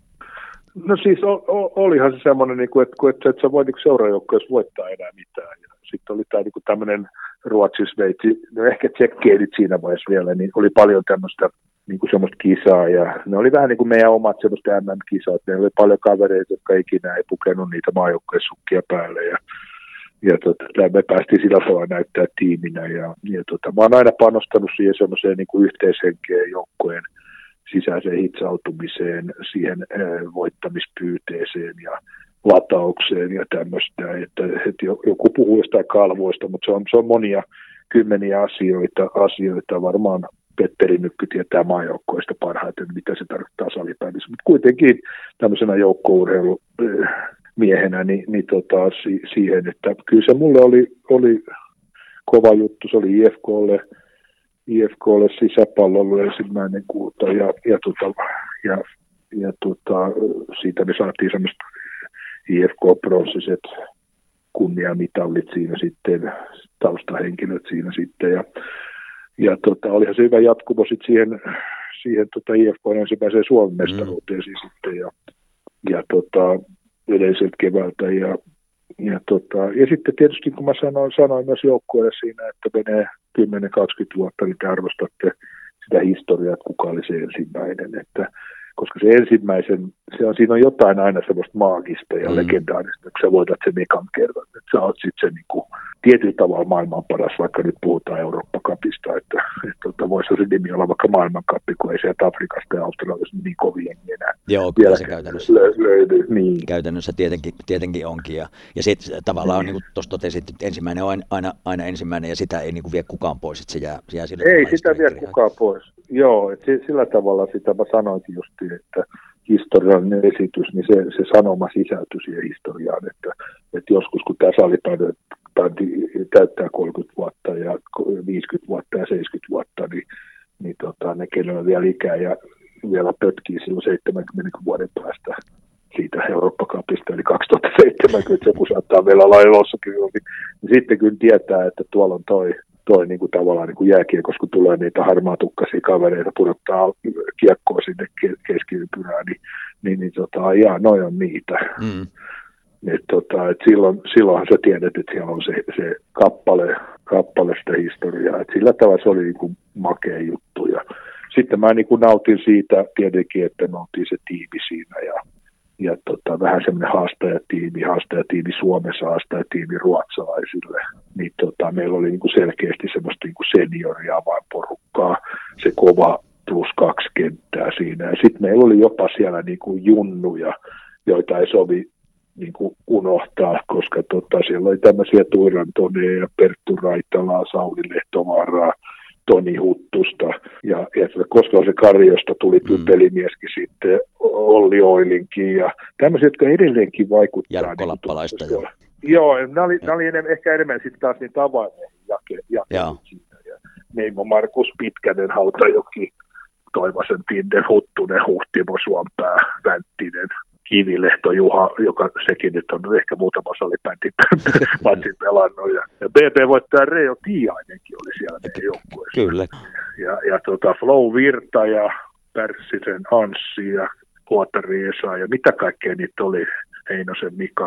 Speaker 3: No siis o, o, olihan se semmoinen, niin kuin, että, että et sä voi niin seuraajoukkueessa voittaa enää mitään. Ja sitten oli tämä niin tämmöinen Ruotsi-Sveitsi, no ehkä tsekkeilit siinä vaiheessa vielä, niin oli paljon tämmöistä niin kuin semmoista kisaa. Ja ne oli vähän niin kuin meidän omat semmoista M M-kisat. Meillä oli paljon kavereita, jotka ikinä ei pukenut niitä maajoukkueen sukkia päälle. Ja, ja tota, me päästiin sillä tavalla näyttää tiiminä. Ja, ja tota, mä oon aina panostanut siihen semmoiseen niin kuin yhteishenkeen joukkueen sisäiseen hitsautumiseen, siihen voittamispyyteeseen ja lataukseen ja tämmöistä, että, että joku puhuu jostain kalvoista, mutta se on, se on monia kymmeniä asioita, asioita. Varmaan Petteri Nykky tietää maajoukkoista parhaiten, mitä se tarkoittaa salipäivissä, mutta kuitenkin tämmöisenä joukkourheilumiehenä niin, niin tota, siihen, että kyllä se mulle oli, oli kova juttu, se oli I F K:lle, I F K:lle sisäpallolle ensimmäinen kulta ja, ja, tota, ja, ja tota, siitä me saatiin semmoista I F K-pronssiset kunniamitalit siinä sitten, taustahenkilöt siinä sitten ja, ja tota, olihan se hyvä jatkumo sitten siihen, siihen tota I F K:n ensimmäiseen Suomen mestaruuteen mm. siis sitten ja, ja tota, edelliseltä keväältä ja Ja, tota, ja sitten tietysti kun mä sanoin, sanoin myös joukkueelle siinä, että menee kymmenen kaksikymmentä vuotta, niin te arvostatte sitä historiaa, että kuka oli se ensimmäinen. Että, koska se ensimmäisen, se on, siinä on jotain aina semmoista maagista ja mm. legendaarista, kun sä voitat sen ekan kerran. Että sä oot sitten se niin kuin, tietyllä tavalla maailman paras, vaikka nyt puhutaan Eurooppa-cupista, että, että, että voisi se nimi olla vaikka maailmancuppi, kun ei sieltä Afrikasta ja Australiasta niin kovin jengi enää.
Speaker 2: Joo, kyllä se käytännössä,
Speaker 3: löydy, niin.
Speaker 2: käytännössä tietenkin, tietenkin onkin. Ja, ja sitten tavallaan on, niin kuin tuossa totesit, että ensimmäinen on aina, aina ensimmäinen ja sitä ei niin kuin vie kukaan pois, että se jää, se jää sille
Speaker 3: ei sitä vie kukaan pois. Joo, että sillä tavalla sitä mä sanoinkin justiin, että historiallinen esitys, niin se, se sanoma sisältyi siihen historiaan, että, että joskus kun tämä salipäivä täyttää kolmekymmentä vuotta ja viisikymmentä vuotta ja seitsemänkymmentä vuotta, niin, niin tota, ne kenellä on vielä ikää ja vielä pötkii silloin seitsemänkymmenen vuoden päästä siitä Eurooppa-cupista, eli kaksituhattaseitsemänkymmentä, joku saattaa vielä olla elossakin, niin, niin sitten kyllä tietää, että tuolla on toi, toi niin kuin tavallaan niin kuin jääkiekossa, kun tulee niitä harmaatukkaisia kavereita, pudottaa kiekkoa sinne keskiympyrään, niin, niin, niin tota, jaa, noi on niitä. Mm. Et tota, et silloin, silloinhan sä tiedät, että siellä on se, se kappale, kappale sitä historiaa. Et sillä tavalla se oli niin kuin makea juttu. Ja sitten mä niin kuin nautin siitä tietenkin, että me oltiin se tiimi siinä ja, ja tota, vähän semmoinen haastajatiimi, haastajatiimi Suomessa, haastajatiimi ruotsalaisille. Niin tota, meillä oli niin kuin selkeästi semmoista niin kuin senioria vain porukkaa, se kova plus kaksi kenttää siinä. Ja sitten meillä oli jopa siellä niin kuin junnuja, joita ei sovi niin kuin unohtaa, koska tota, siellä oli tämmöisiä Tuiran Toneja ja Perttu Raitalaa, Sauli Lehtovaaraa, Toni Huttusta ja, ja koska se Karjosta tuli mm. pelimieskin sitten Olli Oilinkin ja tämmöisiä, jotka edelleenkin vaikuttaa.
Speaker 2: Jarkko Lappalaista.
Speaker 3: Niin, joo, nämä oli, nämä oli enemmän, ehkä enemmän sitten taas niitä avaimia jakeluja siitä. Ja Neimo Markus Pitkänen, Hautajoki, Toivosen Tinder, Huttunen, Huhtimo, Suompää, Vänttinen, Kivilehto Juha, joka sekin nyt on ehkä muutama salibändin matsin pelannut. Ja, ja B B-voittaja Reijo Tiainenkin oli siellä meidän joukkueessa.
Speaker 2: Kyllä.
Speaker 3: Ja, ja tota Flow Virta ja Pärssisen Anssi ja Huotari Esa ja mitä kaikkea niitä oli, Heinosen Mika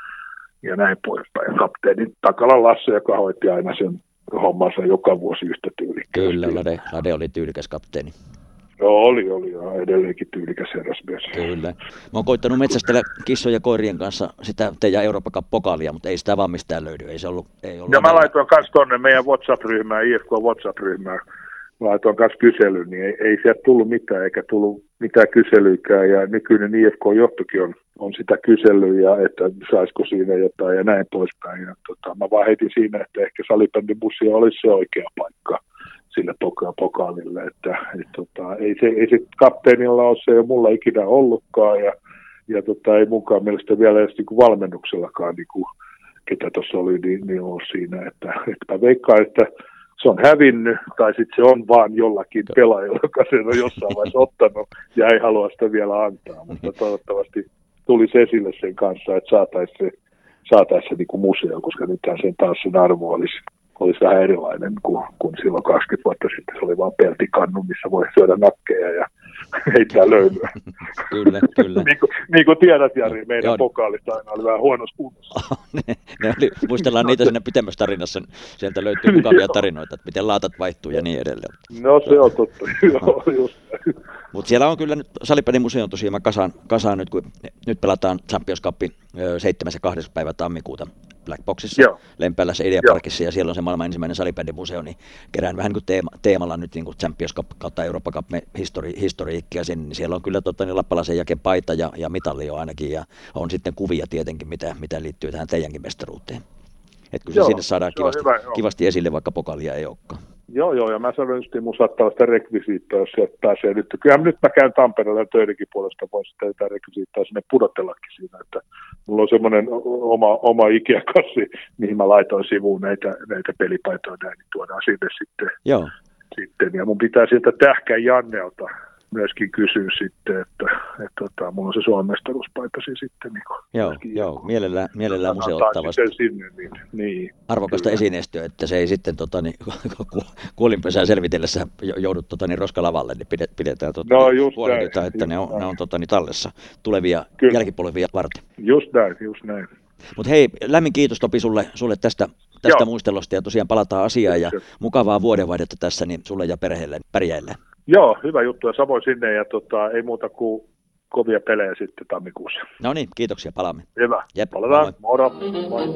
Speaker 3: ja näin poispäin. Ja kapteeni Takalan Lasse, joka hoiti aina sen hommansa joka vuosi yhtä tyylikkäästi.
Speaker 2: Kyllä, Lade, Lade oli tyylikäs kapteeni.
Speaker 3: No oli, oli ja edelleenkin tyylikäs herrasmies.
Speaker 2: Kyllä. Mä oon koittanut metsästellä kissojen ja koirien kanssa sitä teidän Eurooppa Cup-pokaalia, mutta ei sitä vaan mistään löydy. Ei se ollut, ei ollut
Speaker 3: ja mä laitoin myös tuonne meidän WhatsApp-ryhmään, I F K WhatsApp-ryhmään, laitoin myös kyselyn, niin ei, ei sieltä tullut mitään, eikä tullut mitään kyselyykään. Ja nykyinen I F K-johtokin on, on sitä kyselyä, ja että saisiko siinä jotain ja näin poispäin. Ja tota, mä vaan heitin siinä, että ehkä salibändibussia olisi se oikea paikka sille pokaalille, että et, tota, ei se, ei se kapteenilla ole, se ei ole mulla ikinä ollutkaan, ja, ja tota, ei mukaan mielestä vielä edes niin kuin valmennuksellakaan, niin kuin, ketä tuossa oli, niin, niin on siinä, että, että mä veikkaan, että se on hävinnyt, tai sitten se on vaan jollakin pelaajalla, joka sen on jossain vaiheessa ottanut, ja ei halua sitä vielä antaa, mutta toivottavasti tulisi esille sen kanssa, että saataisiin se, saatais se niin kuin museo, koska nythän sen taas sen arvo olisi. olisi vähän erilainen kuin, kuin silloin kaksikymmentä vuotta sitten. Se oli vaan peltikannu, missä voi syödä nakkeja ja heittää löylyä.
Speaker 2: Kyllä, kyllä.
Speaker 3: niin, kuin, niin kuin tiedät, Jari, meidän Joo. pokaalista aina oli vähän huonossa kunnossa.
Speaker 2: ne, ne oli, muistellaan niitä siinä pitemmässä tarinassa. Sieltä löytyy mukavia tarinoita, että miten laatat vaihtuu ja niin edelleen.
Speaker 3: No se on totta. Joo, just.
Speaker 2: Mutta siellä on kyllä nyt Salibändimuseon tosiaan, mä kasaan, kasaan nyt, kun nyt pelataan Champions Cupin seitsemäs ja kahdeksas päivä tammikuuta Black Boxissa, Joo. Lempäälässä Ideaparkissa, ja siellä on se maailman ensimmäinen salibändimuseo, niin kerään vähän niin kuin teema, teemalla nyt niin kuin Champions Cup kautta Eurooppa Cup histori, historiikkia sinne, niin siellä on kyllä tota, niin Lappalaisen Jaken paita ja, ja mitalli on ainakin, ja on sitten kuvia tietenkin, mitä, mitä liittyy tähän teidänkin mestaruuteen. Että kyllä se sinne saadaan se kivasti, hyvä, kivasti esille, vaikka pokaalia ei olekaan.
Speaker 3: Joo, joo, ja mä sanoin just, mun saattaa sitä rekvisiittaa, jos sieltä pääsee nyt. Kyllähän nyt mä käyn Tampereella ja töidenkin puolesta, voin sitä jotain rekvisiittaa sinne pudotellakin siinä, että mulla on semmoinen oma, oma Ikea-kassi, mihin mä laitoin sivuun näitä, näitä pelipaitoja, näin, niin tuodaan sinne sitten.
Speaker 2: Joo.
Speaker 3: sitten. Ja mun pitää sieltä Tähkän Jannelta myöskin kysyä sitten, että, että, että mulla on se Suomen mestaruuspaita sitten. Niin
Speaker 2: joo, joo, mielellään, mielellään museoittaa vasta.
Speaker 3: Sinne, niin, niin,
Speaker 2: arvokasta kyllä. Esineistöä, että se ei sitten tota, niin, kuolinpesää selvitellessä joudu tota, niin, roskalavalle, niin pidetään tota,
Speaker 3: no,
Speaker 2: huolehditaan, että ne on, ne on tota, niin, tallessa tulevia kyllä. jälkipolvia varten.
Speaker 3: Just näin, just näin.
Speaker 2: Mutta hei, lämmin kiitos Topi sulle, sulle tästä, tästä muistelosta ja tosiaan palataan asiaan ja mukavaa vuodenvaihdetta tässä niin sulle ja perheelle pärjäille. Joo, hyvä juttu ja samoin sinne ja tota, ei muuta kuin kovia pelejä sitten tammikuussa. No niin, kiitoksia, palaamme. Hyvä, Jep, palataan, moro. Moi.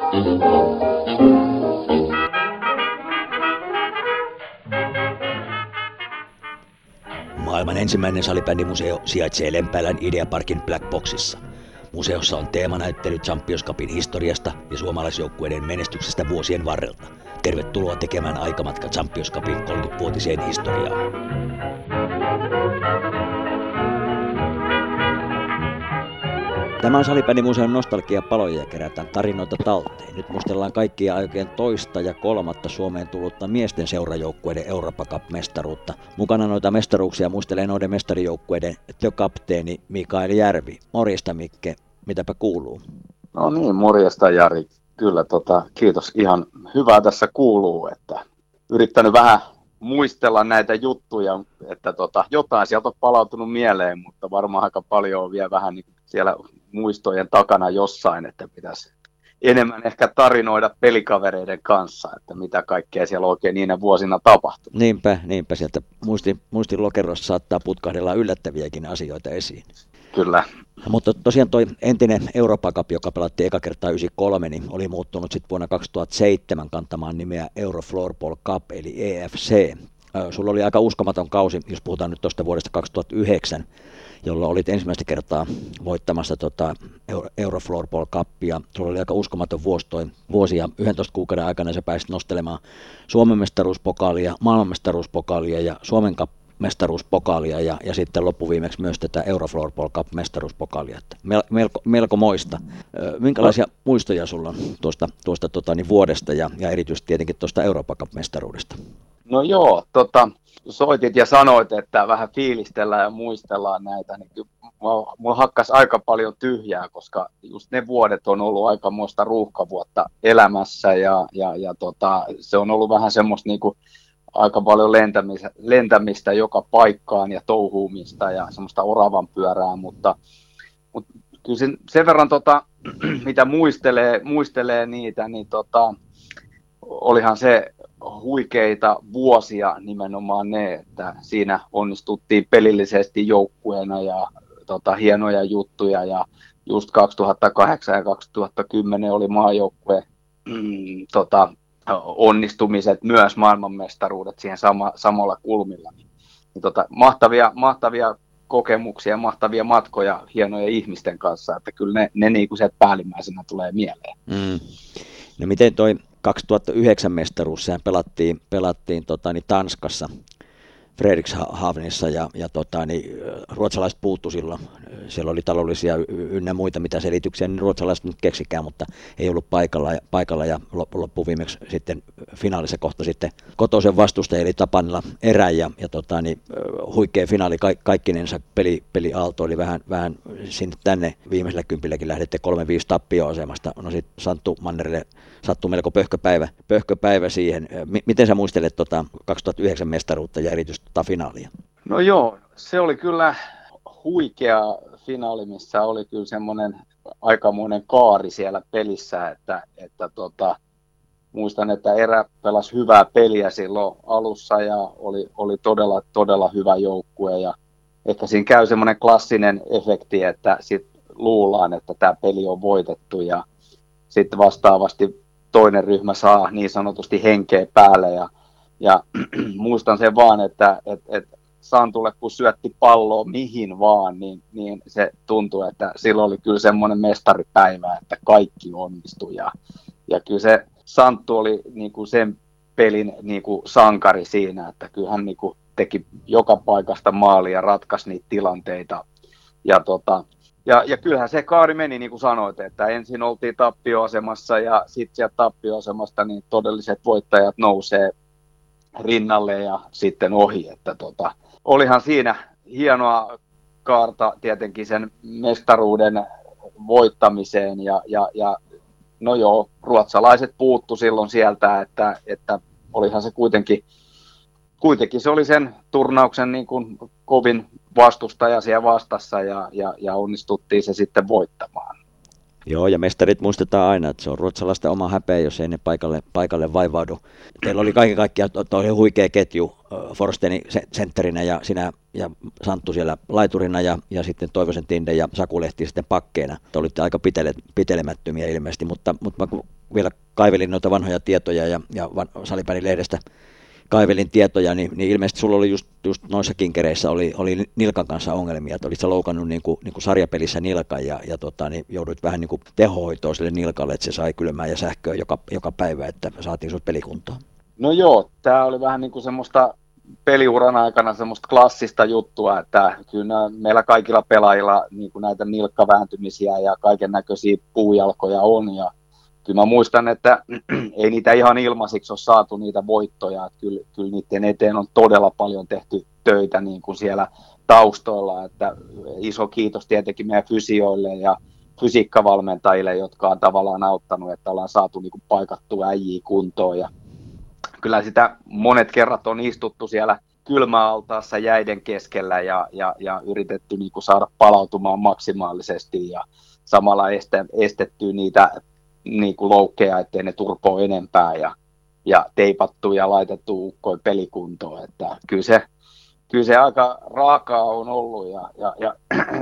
Speaker 2: Maailman ensimmäinen salibändimuseo sijaitsee Lempäälän Ideaparkin Black Boxissa. Museossa on teemanäyttely Champions Cupin historiasta ja suomalaisjoukkueiden menestyksestä vuosien varrelta. Tervetuloa tekemään aikamatka Champions Cupin kolmekymmenvuotiseen historiaan. Tämä on Salibändimuseon nostalgiapaloja ja kerätään tarinoita talteen. Nyt muistellaan kaikkia aikojen toista ja kolmatta Suomeen tullutta miesten seurajoukkueiden Eurooppa Cup-mestaruutta. Mukana noita mestaruuksia muistelee noiden mestarijoukkueiden työkapteeni Mikael Järvi. Morjesta Mikke, mitäpä kuuluu?
Speaker 4: No niin, morjesta Jari. Kyllä, tota, kiitos. Ihan hyvää tässä kuuluu, että yrittänyt vähän muistella näitä juttuja, että tota, jotain sieltä on palautunut mieleen, mutta varmaan aika paljon on vielä vähän niin siellä muistojen takana jossain, että pitäisi enemmän ehkä tarinoida pelikavereiden kanssa, että mitä kaikkea siellä oikein niinä vuosina tapahtui.
Speaker 2: Niinpä, niinpä sieltä muistin, muistin lokerossa saattaa putkahdella yllättäviäkin asioita esiin.
Speaker 4: Kyllä.
Speaker 2: Mutta tosiaan toi entinen Eurooppa Cup, joka pelattiin eka kertaa yhdeksänkymmentäkolme, niin oli muuttunut sitten vuonna kaksituhattaseitsemän kantamaan nimeä Euro Floorball Cup eli E F C. Sulla oli aika uskomaton kausi, jos puhutaan nyt tuosta vuodesta kaksituhattayhdeksän, jolloin olit ensimmäistä kertaa voittamassa tota Euro Floorball Cupia. Sulla oli aika uskomaton vuosi toi vuosi ja yhdentoista kuukauden aikana sä pääsit nostelemaan Suomen mestaruuspokaalia, maailmanmestaruuspokaalia ja Suomen mestaruuspokaalia ja, ja sitten loppuviimeksi myös tätä Eurofloorball Cup mestaruuspokaalia. Että melko, melko moista. Minkälaisia no. muistoja sulla on tuosta, tuosta tota, niin vuodesta ja, ja erityisesti tietenkin tuosta Euroopan Cup mestaruudesta?
Speaker 4: No joo, tota, soitit ja sanoit, että vähän fiilistellään ja muistellaan näitä, niin mulla hakkas aika paljon tyhjää, koska just ne vuodet on ollut aikamoista ruuhkavuotta elämässä ja, ja, ja tota, se on ollut vähän semmoista niinku aika paljon lentämistä, lentämistä joka paikkaan ja touhuumista ja semmoista oravan pyörää, mutta, mutta kyllä sen, sen verran tota, mitä muistelee, muistelee niitä, niin tota, olihan se huikeita vuosia nimenomaan ne, että siinä onnistuttiin pelillisesti joukkueena ja tota, hienoja juttuja ja just kaksituhattakahdeksan ja kaksituhattakymmenen oli maajoukkue mm, tota, onnistumiset, myös maailmanmestaruudet siihen sama, samalla kulmilla. Niin, niin tota, mahtavia, mahtavia kokemuksia, mahtavia matkoja hienojen ihmisten kanssa, että kyllä ne, ne niin kuin se päällimmäisenä tulee mieleen.
Speaker 2: Mm. No miten toi kaksituhattayhdeksän mestaruus, sehän pelattiin, pelattiin tota, niin Tanskassa, Fredrikshavenissa ja, ja tota, niin, ruotsalaiset puuttu silloin. Siellä oli taloudellisia ynnä muita, mitä selityksiä, niin ruotsalaiset nyt keksikään, mutta ei ollut paikalla, paikalla ja loppuviimeksi sitten finaalissa kohta sitten kotoisen vastustaja eli Tapanilla erä ja, ja tota, niin, huikea finaali ka- kaikkinensa peli, peli aalto oli vähän, vähän sinne tänne viimeisellä kympilläkin lähdette kolme viisi tappio-asemasta. No sitten Santtu Mannerille sattui melko pöhköpäivä, pöhköpäivä siihen. M- miten sä muistelet tota kaksituhattayhdeksän mestaruutta ja erityisesti tota finaalia?
Speaker 4: No joo, se oli kyllä huikea finaali, missä oli kyllä semmoinen aikamoinen kaari siellä pelissä, että, että tota, muistan, että erä pelasi hyvää peliä silloin alussa ja oli, oli todella, todella hyvä joukkue ja ehkä siinä käy semmoinen klassinen efekti, että sitten luullaan, että tämä peli on voitettu ja sitten vastaavasti toinen ryhmä saa niin sanotusti henkeä päälle ja, ja muistan sen vaan, että et, et Santulle kun syötti palloa mihin vaan, niin, niin se tuntui, että silloin oli kyllä semmoinen mestaripäivä, että kaikki onnistui ja, ja kyllä se Santtu oli niin kuin sen pelin niin kuin sankari siinä, että kyllä hän niin kuin teki joka paikasta maalia ja ratkaisi niitä tilanteita ja tota, Ja, ja kyllähän se kaari meni, niin kuin sanoit, että ensin oltiin tappioasemassa ja sitten sieltä tappioasemasta niin todelliset voittajat nousee rinnalle ja sitten ohi. Että tota, olihan siinä hienoa kaarta tietenkin sen mestaruuden voittamiseen ja, ja, ja no joo, ruotsalaiset puuttu silloin sieltä, että, että olihan se kuitenkin, kuitenkin se oli sen turnauksen niin kuin kovin vastustaja siellä vastassa ja, ja, ja onnistuttiin se sitten voittamaan.
Speaker 2: Joo, ja mestarit muistetaan aina, että se on ruotsalaisten oma häpeä, jos ei ne paikalle, paikalle vaivaudu. Teillä oli kaiken kaikkiaan tuo huikea ketju, Forsteni sentterinä ja sinä ja Santtu siellä laiturina ja, ja sitten Toivosen Tinde ja Saku Lehti sitten pakkeena. Te olitte aika pitele, pitelemättömiä ilmeisesti, mutta, mutta mä vielä kaivelin noita vanhoja tietoja ja, ja Salipänin lehdestä kaivelin tietoja, niin, niin ilmeisesti sulla oli just, just noissa kinkereissä oli, oli nilkan kanssa ongelmia, että olit sä loukannut niin kuin, niin kuin sarjapelissä nilkan ja, ja tota, niin jouduit vähän niin kuin tehohoitoon sille nilkalle, että se sai kylmää ja sähköä joka, joka päivä, että saatiin sut pelikuntoon.
Speaker 4: No joo, tämä oli vähän niin kuin semmoista peliuran aikana semmoista klassista juttua, että kyllä meillä kaikilla pelaajilla niin kuin näitä nilkkavääntymisiä ja kaiken näköisiä puujalkoja on ja kyllä mä muistan, että ei niitä ihan ilmaisiksi ole saatu niitä voittoja, että kyllä, kyllä niiden eteen on todella paljon tehty töitä niin kuin siellä taustoilla, että iso kiitos tietenkin meidän fysioille ja fysiikkavalmentajille, jotka on tavallaan auttanut, että ollaan saatu niin kuin paikattua äijiä kuntoon ja kyllä sitä monet kerrat on istuttu siellä kylmäaltaassa jäiden keskellä ja, ja, ja yritetty niin kuin saada palautumaan maksimaalisesti ja samalla este, estettyä niitä niin kuin loukkeja, ettei ne turpoo enempää ja, ja teipattu ja laitettu ukkoin pelikuntoon. Että kyllä, se, kyllä se aika raakaa on ollut ja, ja, ja,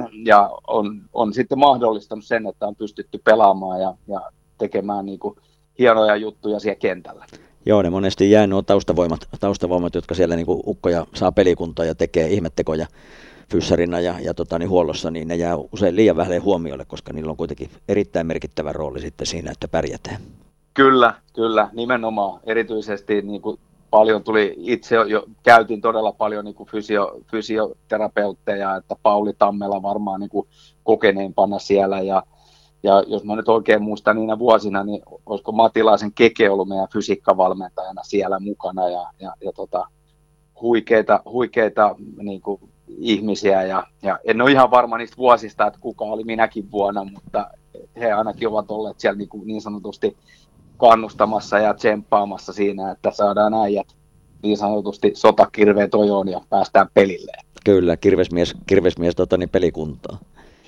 Speaker 4: ja on, on sitten mahdollistanut sen, että on pystytty pelaamaan ja, ja tekemään niin kuin hienoja juttuja siellä kentällä.
Speaker 2: Joo, ne monesti jää nuo taustavoimat, taustavoimat jotka siellä niin kuin ukkoja saa pelikuntoa ja tekee ihmettekoja fyssarina ja, ja tota, niin huollossa, niin ne jää usein liian vähälle huomiolle, koska niillä on kuitenkin erittäin merkittävä rooli sitten siinä, että pärjätään.
Speaker 4: Kyllä, kyllä, nimenomaan. Erityisesti niin kuin paljon tuli, itse jo käytin todella paljon niin kuin fysio, fysioterapeutteja, että Pauli Tammela varmaan niin kuin kokeneempana siellä, ja, ja jos mä nyt oikein muistan niinä vuosina, niin olisiko Matilaisen Keke ollut meidän fysiikkavalmentajana siellä mukana, ja, ja, ja tota, huikeita, huikeita niin kuin ihmisiä, ja, ja en ole ihan varma niistä vuosista, että kuka oli minäkin vuonna, mutta he ainakin ovat olleet siellä niin, kuin niin sanotusti kannustamassa ja tsemppaamassa siinä, että saadaan äijät niin sanotusti sotakirveet ojoon ja päästään pelille.
Speaker 5: Kyllä, kirvesmies, kirvesmies tota, niin pelikuntaa.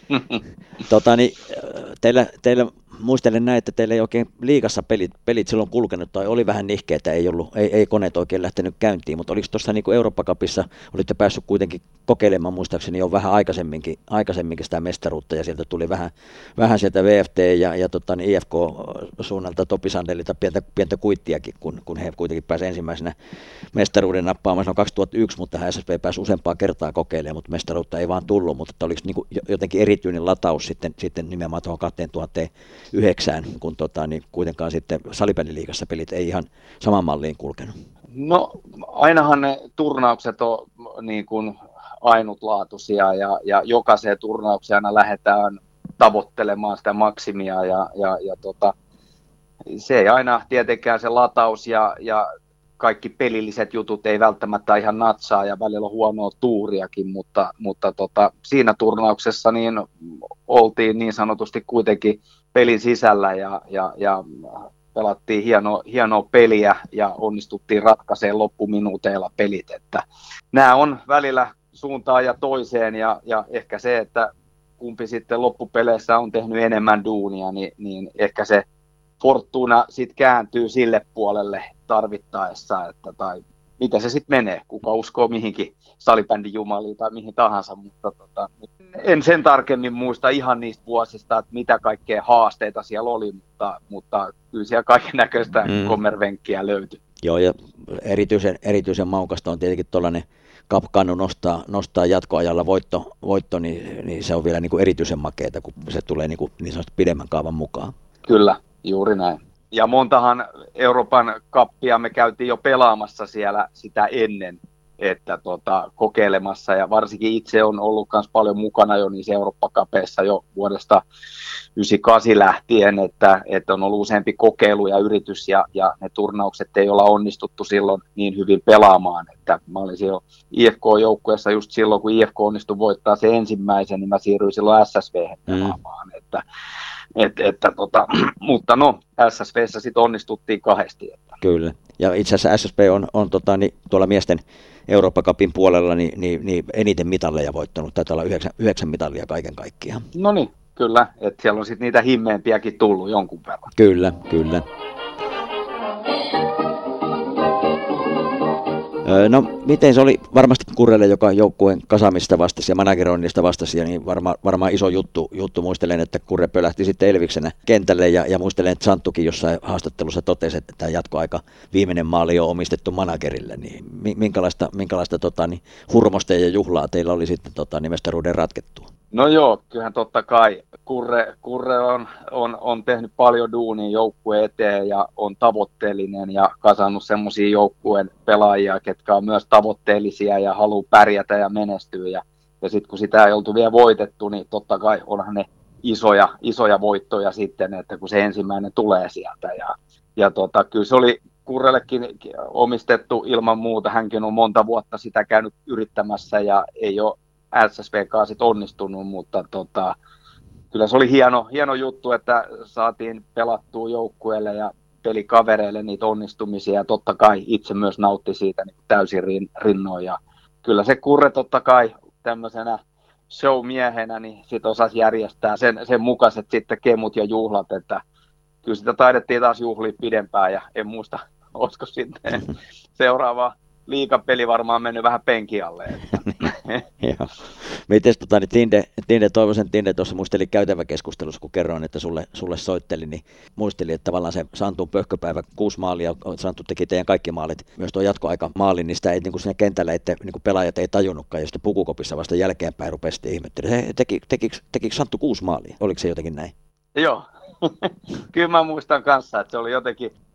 Speaker 5: tota, niin, teillä, teillä, muistelen näin, että teillä ei oikein liigassa pelit, pelit silloin kulkenut, tai oli vähän nihkeitä, ei, ollut, ei, ei koneet oikein lähtenyt käyntiin, mutta oliko tuossa niin Eurooppa-cupissa, olitte päässyt kuitenkin kokeilemaan muistaakseni jo vähän aikaisemminkin, aikaisemminkin sitä mestaruutta, ja sieltä tuli vähän, vähän sieltä V F T ja, ja tota, niin I F K-suunnalta Topi Sandelilta pientä, pientä kuittiakin, kun, kun he kuitenkin pääsivät ensimmäisenä mestaruuden nappaamaan, se on kaksituhattayksi, mutta S S V pääsi useampaa kertaa kokeilemaan, mutta mestaruutta ei vaan tullut, mutta oliko niin kuin jotenkin erityinen lataus sitten, sitten nimenomaan tuohon kaksituhattayhdeksän, kun tota, niin kuitenkaan sitten salibändiliigassa pelit ei ihan samaan malliin kulkenut?
Speaker 4: No ainahan ne turnaukset on niin kuin ainutlaatuisia, ja, ja jokaiseen turnaukseen aina lähdetään tavoittelemaan sitä maksimia, ja, ja, ja tota, se ei aina tietenkään se lataus ja, ja kaikki pelilliset jutut ei välttämättä ihan natsaa, ja välillä on huonoa tuuriakin, mutta, mutta tota, siinä turnauksessa niin oltiin niin sanotusti kuitenkin pelin sisällä, ja, ja, ja pelattiin hienoa, hienoa peliä ja onnistuttiin ratkaisemaan loppuminuuteilla pelit, että nämä on välillä suuntaan ja toiseen, ja, ja ehkä se, että kumpi sitten loppupeleissä on tehnyt enemmän duunia, niin, niin ehkä se fortuna sitten kääntyy sille puolelle tarvittaessa, että tai mitä se sitten menee, kuka uskoo mihinkin salibändin jumaliin tai mihin tahansa, mutta tota, en sen tarkemmin muista ihan niistä vuosista, että mitä kaikkea haasteita siellä oli, mutta, mutta kyllä siellä kaiken näköistä mm. kommervenkkiä löytyi.
Speaker 5: Joo, ja erityisen, erityisen maukasta on tietenkin tuollainen Cup-kannu nostaa, nostaa jatkoajalla voitto, voitto niin, niin se on vielä niin kuin erityisen makeata, kun se tulee niin, kuin niin sanotusti pidemmän kaavan mukaan.
Speaker 4: Kyllä, juuri näin. Ja montahan Euroopan kappia me käytiin jo pelaamassa siellä sitä ennen, että tota, kokeilemassa, ja varsinkin itse on ollut myös paljon mukana jo niissä Eurooppa-kapeissa jo vuodesta yhdeksänkymmentäkahdeksan lähtien, että, että on ollut useampi kokeilu ja yritys, ja, ja ne turnaukset ei olla onnistuttu silloin niin hyvin pelaamaan, että mä olin silloin I F K-joukkueessa just silloin, kun I F K onnistui voittaa se ensimmäisen, niin mä siirryin silloin S S V:hen pelaamaan, mm. että Et, että, tota, mutta no, S S V:ssä sitten onnistuttiin kahdesti. Että.
Speaker 5: Kyllä, ja itse asiassa S S V on, on tota, niin, tuolla miesten Eurooppa-cupin puolella niin, niin, niin eniten mitalleja voittanut, taitaa olla yhdeksän, yhdeksän mitallia kaiken kaikkiaan.
Speaker 4: No niin, kyllä, että siellä on sitten niitä himmeempiäkin tullut jonkun verran.
Speaker 5: Kyllä, kyllä. No, miten se oli varmasti Kurrelle, joka joukkueen kasaamista vastasi ja manageroinnista vastasi, ja niin varma, varmaan iso juttu, juttu. Muistelen, että Kurre pölähti sitten Elviksenä kentälle, ja, ja muistelen, että Santtukin jossain haastattelussa totesi, että tämä jatkoaika viimeinen maali on omistettu managerille. Niin minkälaista minkälaista tota, niin, hurmosta ja juhlaa teillä oli sitten tota, niin mestaruuden ratkettua?
Speaker 4: No joo, kyllähän totta kai Kurre, Kurre on, on, on tehnyt paljon duunia joukkueen eteen ja on tavoitteellinen ja kasannut semmoisia joukkueen pelaajia, ketkä on myös tavoitteellisia ja haluaa pärjätä ja menestyä. Ja, ja sitten kun sitä ei oltu vielä voitettu, niin totta kai onhan ne isoja, isoja voittoja sitten, että kun se ensimmäinen tulee sieltä. Ja, ja tota, kyllä se oli Kurrellekin omistettu ilman muuta. Hänkin on monta vuotta sitä käynyt yrittämässä ja ei ole S S V:kaan sit onnistunut, mutta tota, kyllä se oli hieno, hieno juttu, että saatiin pelattua joukkueelle ja pelikavereille niitä onnistumisia, ja totta kai itse myös nautti siitä niin täysin rin, rinnoin, ja kyllä se Kurre totta kai tämmöisenä show-miehenä niin sit osasi järjestää sen, sen mukaiset sitten kemut ja juhlat, että kyllä sitä taidettiin taas juhlia pidempään, ja en muista, olisiko sitten seuraava liigapeli varmaan mennyt vähän penkin alle.
Speaker 5: Joo. Mites tota, niin Tinde, Tinde, Toivosen Tinde tuossa muisteli käytäväkeskustelussa, kun kerroin, että sulle, sulle soitteli, niin muisteli, että tavallaan se Santun pöhköpäivä, kuusi maalia, Santu teki teidän kaikki maalit, myös tuo jatkoaika maali, niin sitä ei niin kuin siinä kentällä, että niin kuin pelaajat ei tajunnutkaan, ja sitten pukukopissa vasta jälkeenpäin rupesi sitten ihmettelemään, he, teki, tekikö, tekikö Santtu kuusi maalia, oliko se jotenkin näin?
Speaker 4: Joo, kyllä mä muistan kanssa, että se oli jotenkin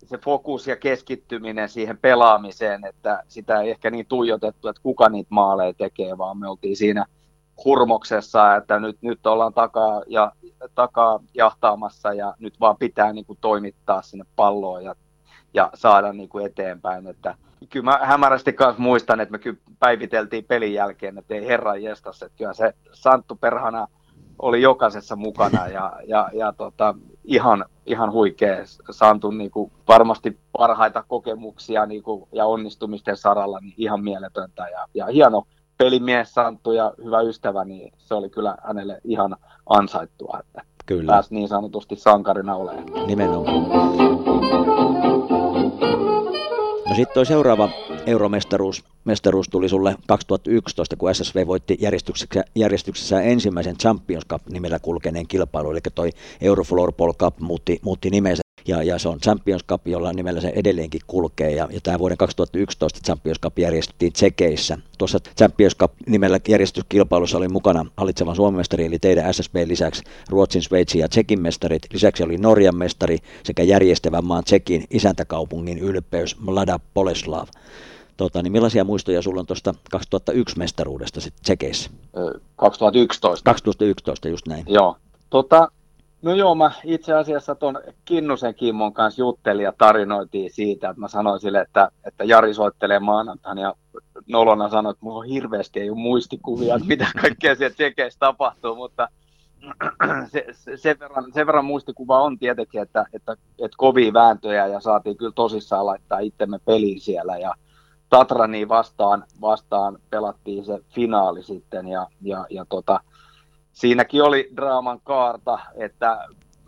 Speaker 4: se fokus ja keskittyminen siihen pelaamiseen, että sitä ei ehkä niin tuijotettu, että kuka niitä maaleja tekee, vaan me oltiin siinä hurmoksessa, että nyt, nyt ollaan takaa, ja, takaa jahtaamassa ja nyt vaan pitää niin kuin toimittaa sinne palloon ja, ja saada niin kuin eteenpäin. Että, kyllä mä hämärästi kanssa muistan, että me kyllä päiviteltiin pelin jälkeen, että ei herran jestas, että kyllä se Santtu perhana oli jokaisessa mukana ja, ja, ja tota, ihan, ihan huikea Santun niin kuin varmasti parhaita kokemuksia niin kuin, ja onnistumisten saralla, niin ihan mieletöntä ja, ja hieno pelimies Santtu ja hyvä ystävä, niin se oli kyllä hänelle ihan ansaittua, että kyllä. Pääsi niin sanotusti sankarina olemaan.
Speaker 5: Nimenomaan. No sitten toi seuraava euromestaruus mestaruus tuli sulle kaksituhattayksitoista, kun S S V voitti järjestyksessä, järjestyksessä ensimmäisen Champions Cup-nimellä kulkeneen kilpailu, eli toi Euro Floorball Cup muutti, muutti nimensä, ja, ja se on Champions Cup, jolla nimellä se edelleenkin kulkee, ja, ja tämä vuoden kaksituhattayksitoista Champions Cup järjestettiin Tsekeissä. Tuossa Champions Cup-nimellä järjestyskilpailussa oli mukana hallitsevan Suomen mestari, eli teidän S S V lisäksi Ruotsin, Sveitsin ja Tsekin mestarit, lisäksi oli Norjan mestari sekä järjestävän maan Tsekin isäntäkaupungin ylpeys Mlada Boleslav. Tota, niin millaisia muistoja sulla on tuosta kaksituhattayksi mestaruudesta sitten Tsekeissä?
Speaker 4: kaksituhattayksitoista.
Speaker 5: kaksituhattayksitoista, just näin.
Speaker 4: Joo. Tota, no joo, mä itse asiassa tuon Kinnusen Kimmon kanssa juttelin ja tarinoitiin siitä, että mä sanoin sille, että, että Jari soittelee maanantaina ja nolona sanoi, että mulla on hirveästi ei ole muistikuvia, että mitä kaikkea siellä Tsekeissä tapahtuu, mutta se, se, sen, verran, sen verran muistikuva on tietenkin, että, että, että kovia vääntöjä ja saatiin kyllä tosissaan laittaa itsemme peliin siellä ja Tatrania vastaan, vastaan pelattiin se finaali sitten ja, ja, ja tota, siinäkin oli draaman kaarta, että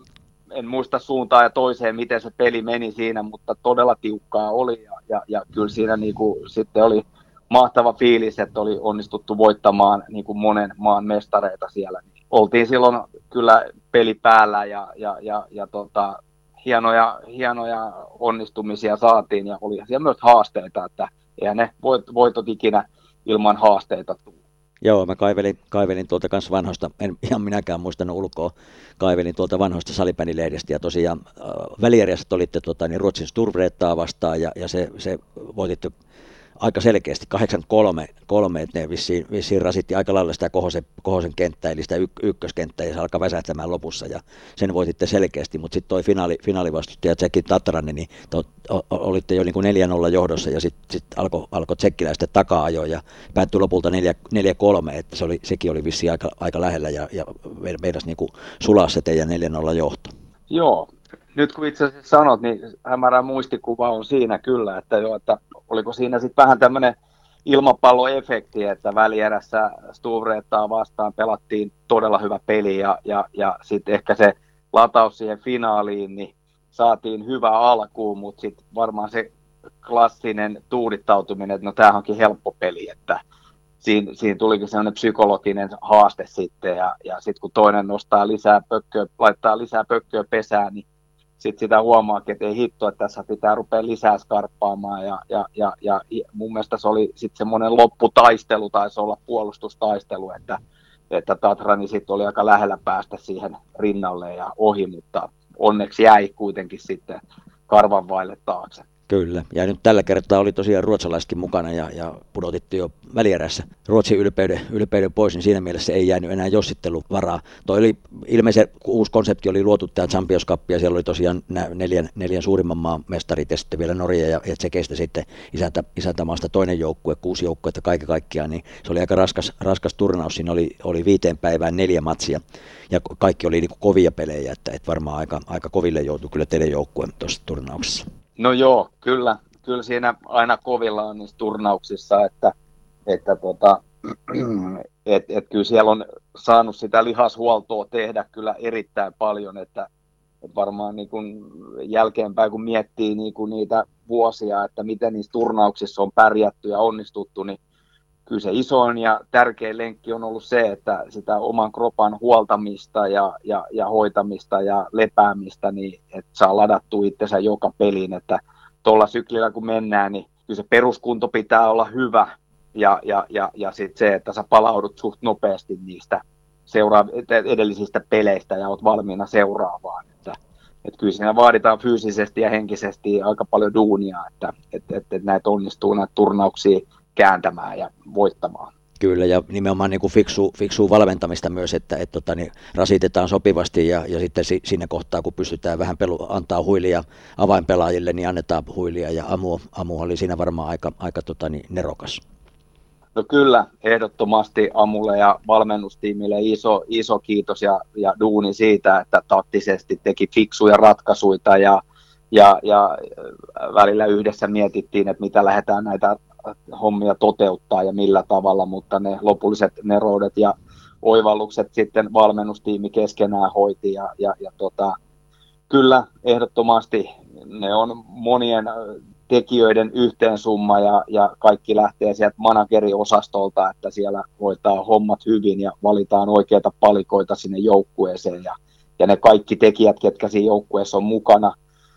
Speaker 4: en muista suuntaan ja toiseen, miten se peli meni siinä, mutta todella tiukkaa oli ja, ja, ja kyllä siinä niinku, sitten oli mahtava fiilis, että oli onnistuttu voittamaan niinku monen maan mestareita siellä. Oltiin silloin kyllä peli päällä ja, ja, ja, ja tota, hienoja, hienoja onnistumisia saatiin ja oli siellä myös haasteita, että eihän ne voit, voitot ikinä ilman haasteita tule.
Speaker 5: Joo, mä kaivelin, kaivelin tuolta kanssa vanhoista, en ihan minäkään muistanut ulkoa, kaivelin tuolta vanhoista salibändilehdestä ja tosiaan äh, välijärjestöt olitte tota, niin Ruotsin Sturvrettaa vastaan ja, ja se, se voititte aika selkeästi kahdeksan kolme, kolme, että ne vissiin, vissiin rasitti aika lailla sitä Kohosen, Kohosen kenttää, eli sitä yk- ykköskenttää, ja se alkaa väsähtämään lopussa, ja sen voititte selkeästi, mutta sitten toi finaali, finaalivastustaja Tsekin Tatranne, niin te olitte jo niin kuin neljä nolla johdossa, ja sitten sit alkoi alko tsekkiläisten taka-ajo, ja päättyi lopulta neljä kolme, että se oli, sekin oli vissiin aika, aika lähellä, ja, ja meidäs niin kuin sulaa se teidän neljä nolla johto.
Speaker 4: Joo. Nyt kun itse asiassa sanot, niin hämärä muistikuva on siinä kyllä, että, jo, että oliko siinä sitten vähän tämmöinen ilmapalloefekti, että välierässä Stuvrettaa vastaan pelattiin todella hyvä peli ja, ja, ja sitten ehkä se lataus siihen finaaliin, niin saatiin hyvä alkuun, mutta sitten varmaan se klassinen tuudittautuminen, että no tämähän onkin helppo peli, että siinä, siinä tulikin sellainen psykologinen haaste sitten ja, ja sitten kun toinen nostaa lisää pökköä, laittaa lisää pökköä pesään, niin sitten sitä huomaakin, että ei hitto, että tässä pitää rupea lisää skarppaamaan ja, ja, ja, ja mun mielestä se oli sitten semmoinen lopputaistelu, taisi olla puolustustaistelu, että, että Tatrani sitten oli aika lähellä päästä siihen rinnalle ja ohi, mutta onneksi jäi kuitenkin sitten karvan vaille taakse.
Speaker 5: Kyllä, ja nyt tällä kertaa oli tosiaan ruotsalaisetkin mukana ja, ja pudotettiin jo välierässä Ruotsin ylpeyden, ylpeyden pois, niin siinä mielessä ei jäänyt enää jossitteluvaraa. Toi oli ilmeisen uusi konsepti, oli luotu tämä Champions Cup ja siellä oli tosiaan neljän, neljän suurimman maan mestarit ja sitten vielä Norja ja, ja Tsekeistä sitten isäntä, isäntämaasta toinen joukkue, kuusi joukkuetta kaiken kaikkiaan, niin se oli aika raskas, raskas turnaus, siinä oli, oli viiteen päivään neljä matsia ja kaikki oli niin kuin kovia pelejä, että, että varmaan aika, aika koville joutui kyllä teidän joukkue tuossa turnauksessa.
Speaker 4: No joo, kyllä, kyllä siinä aina kovilla on niissä turnauksissa, että, että tota, et, et kyllä siellä on saanut sitä lihashuoltoa tehdä kyllä erittäin paljon, että, että varmaan niin kun jälkeenpäin kun miettii niin kun niitä vuosia, että miten niissä turnauksissa on pärjätty ja onnistuttu, niin kyllä se isoin ja tärkein lenkki on ollut se, että sitä oman kropan huoltamista ja, ja, ja hoitamista ja lepäämistä, niin että saa ladattua itsensä joka peliin, että tuolla syklillä kun mennään, niin kyllä se peruskunto pitää olla hyvä ja, ja, ja, ja sitten se, että sä palaudut suht nopeasti niistä seura- edellisistä peleistä ja oot valmiina seuraavaan, että että kyllä siinä vaaditaan fyysisesti ja henkisesti aika paljon duunia, että, että, että näitä onnistuu näitä turnauksia kääntämään ja voittamaan.
Speaker 5: Kyllä, ja nimenomaan niin kuin fiksu, fiksua valmentamista myös, että et, tota, niin rasitetaan sopivasti ja, ja sitten si, siinä kohtaa, kun pystytään vähän pelu, antaa huilia avainpelaajille, niin annetaan huilia, ja Amu, Amu oli siinä varmaan aika, aika tota, niin nerokas.
Speaker 4: No kyllä, ehdottomasti Amulle ja valmennustiimille iso, iso kiitos ja, ja duuni siitä, että taktisesti teki fiksuja ratkaisuja ja, ja, ja välillä yhdessä mietittiin, että mitä lähdetään näitä hommia toteuttaa ja millä tavalla, mutta ne lopulliset neroudet ja oivallukset sitten valmennustiimi keskenään hoiti ja, ja, ja tota, kyllä ehdottomasti ne on monien tekijöiden yhteensumma ja, ja kaikki lähtee sieltä manageriosastolta, että siellä hoitaa hommat hyvin ja valitaan oikeita palikoita sinne joukkueeseen ja, ja ne kaikki tekijät, ketkä siinä joukkueessa on mukana,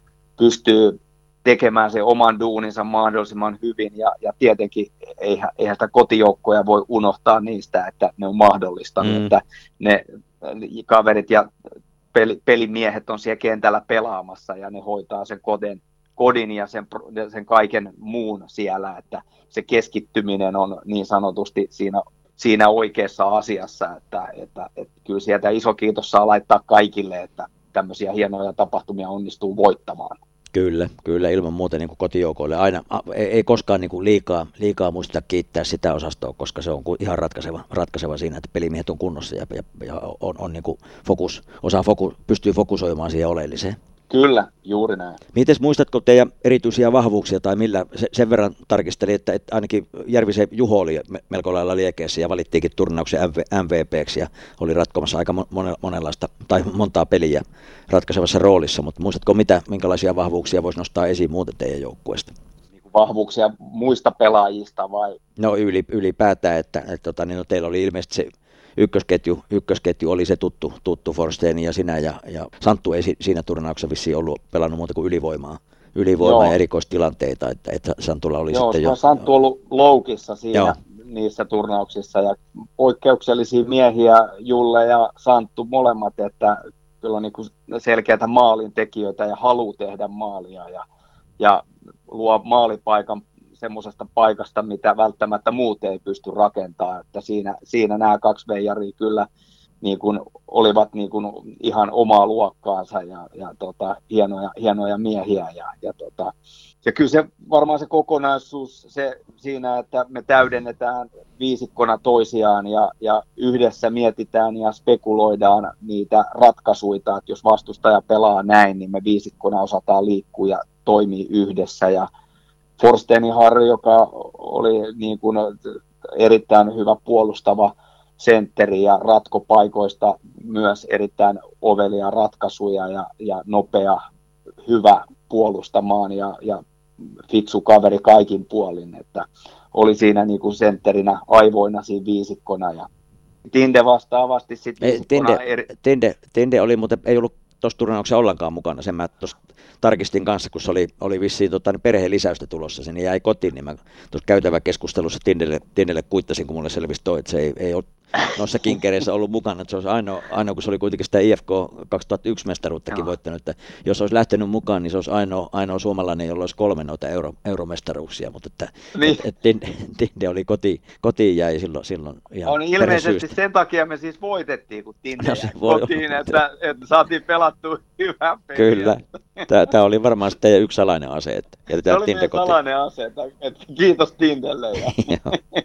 Speaker 4: pystyy tekemään sen oman duuninsa mahdollisimman hyvin ja, ja tietenkin eihän, eihän sitä kotijoukkoja voi unohtaa niistä, että ne on mahdollista, mm. että ne kaverit ja peli, pelimiehet on siellä kentällä pelaamassa ja ne hoitaa sen kodin, kodin ja sen, sen kaiken muun siellä, että se keskittyminen on niin sanotusti siinä, siinä oikeassa asiassa, että, että, että kyllä sieltä iso kiitos saa laittaa kaikille, että tämmöisiä hienoja tapahtumia onnistuu voittamaan.
Speaker 5: Kyllä, kyllä ilman muuta niin kuin kotijoukoille aina ei, ei koskaan niin kuin liikaa, liikaa muisteta kiittää sitä osastoa, koska se on ihan ratkaiseva, ratkaiseva siinä, että pelimiehet on kunnossa ja, ja, ja on, on niin kuin fokus, osaa fokus, pystyy fokusoimaan siihen oleelliseen.
Speaker 4: Kyllä, juuri näin.
Speaker 5: Mites muistatko teidän erityisiä vahvuuksia tai millä sen verran tarkistelin, että, että ainakin Järvisen Juho oli melko lailla liekeessä ja valittiinkin turnauksen M V P:ksi ja oli ratkomassa aika monenlaista tai montaa peliä ratkaisevassa roolissa, mutta muistatko mitä, minkälaisia vahvuuksia voisi nostaa esiin muuten teidän joukkueesta?
Speaker 4: Vahvuuksia muista pelaajista vai?
Speaker 5: No yli, ylipäätään, että, että, että niin, no, teillä oli ilmeisesti se Ykkösketju, ykkösketju oli se tuttu, tuttu Forsten ja sinä ja, ja Santtu ei siinä turnauksessa vissiin ollut pelannut muuta kuin ylivoimaa, ylivoimaa Joo. ja erikoistilanteita, että, että Santulla oli
Speaker 4: Joo,
Speaker 5: sitten jo...
Speaker 4: Joo, Santtu on ollut loukissa siinä Joo. niissä turnauksissa ja poikkeuksellisia miehiä Julle ja Santtu molemmat, että kyllä on niin selkeätä maalintekijöitä ja halu tehdä maalia ja, ja luo maalipaikan semmoisesta paikasta, mitä välttämättä muut ei pysty rakentamaan, että siinä, siinä nämä kaksi veijaria kyllä niin kuin olivat niin kuin ihan omaa luokkaansa ja, ja tota, hienoja, hienoja miehiä ja, ja, tota, ja kyllä se varmaan se kokonaisuus se siinä, että me täydennetään viisikkona toisiaan ja, ja yhdessä mietitään ja spekuloidaan niitä ratkaisuja, että jos vastustaja pelaa näin, niin me viisikkona osataan liikkua ja toimii yhdessä ja Forsteni Harri, joka oli niin kuin erittäin hyvä puolustava sentteri ja ratkopaikoista myös erittäin ovelia ratkaisuja ja, ja nopea, hyvä puolustamaan ja, ja fiksu kaveri kaikin puolin, että oli siinä niin kuin sentterinä aivoina siinä viisikkona ja Tinde vastaavasti sitten
Speaker 5: Tinde, eri... Tinde, Tinde oli, mutta ei ollut tuossa turnauksessa ollenkaan mukana, sen mä tuossa tarkistin kanssa, kun se oli, oli vissiin tota, niin perheen lisäystä tulossa, se niin jäi kotiin, niin mä tuossa käytäväkeskustelussa Tindelle, Tindelle kuittasin, kun mulle selvisi toi, että se ei, ei ole noissa kinkereissä ollut mukana, että se olisi ainoa, ainoa, kun se oli kuitenkin sitä I F K kaksituhattayksi mestaruuttakin Joo. voittanut, että jos olisi lähtenyt mukaan, niin se olisi ainoa, ainoa suomalainen, jolla olisi kolme noita euro, euromestaruuksia, mutta että niin. et, et Tinde oli koti, kotiin jäi silloin, silloin ihan
Speaker 4: on ilmeisesti sen takia me siis voitettiin, kun Tinde jäi no, kotiin, että, että saatiin pelattua hyvän peliä.
Speaker 5: Kyllä, tämä oli varmaan teidän yksi salainen ase. Että
Speaker 4: se oli meidän salainen ase, että, että kiitos Tindelle. Ja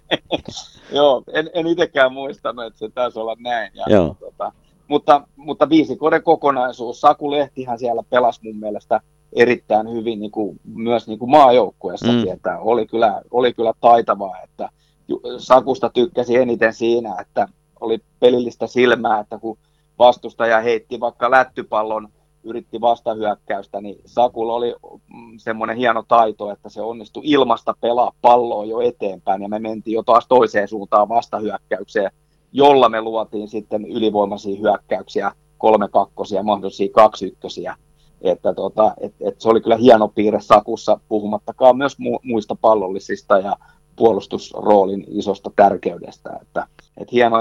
Speaker 4: Joo, en, en itsekään muistanut, että se taisi olla näin. Ja, ja, tota, mutta, mutta viisikoiden kokonaisuus, Saku Lehtihän siellä pelasi mun mielestä erittäin hyvin niin kuin, myös niin kuin maajoukkueessakin, mm. että oli kyllä, oli kyllä taitavaa, että Sakusta tykkäsi eniten siinä, että oli pelillistä silmää, että kun vastustaja heitti vaikka lättypallon, yritti vastahyökkäystä, niin Sakulla oli semmoinen hieno taito, että se onnistui ilmasta pelaa palloa jo eteenpäin, ja me mentiin jo taas toiseen suuntaan vastahyökkäykseen, jolla me luotiin sitten ylivoimaisia hyökkäyksiä, kolme kakkosia, mahdollisia kaksi ykkösiä. Että tota, et, et se oli kyllä hieno piirre Sakussa, puhumattakaan myös mu- muista pallollisista ja puolustusroolin isosta tärkeydestä. Että et hienoja,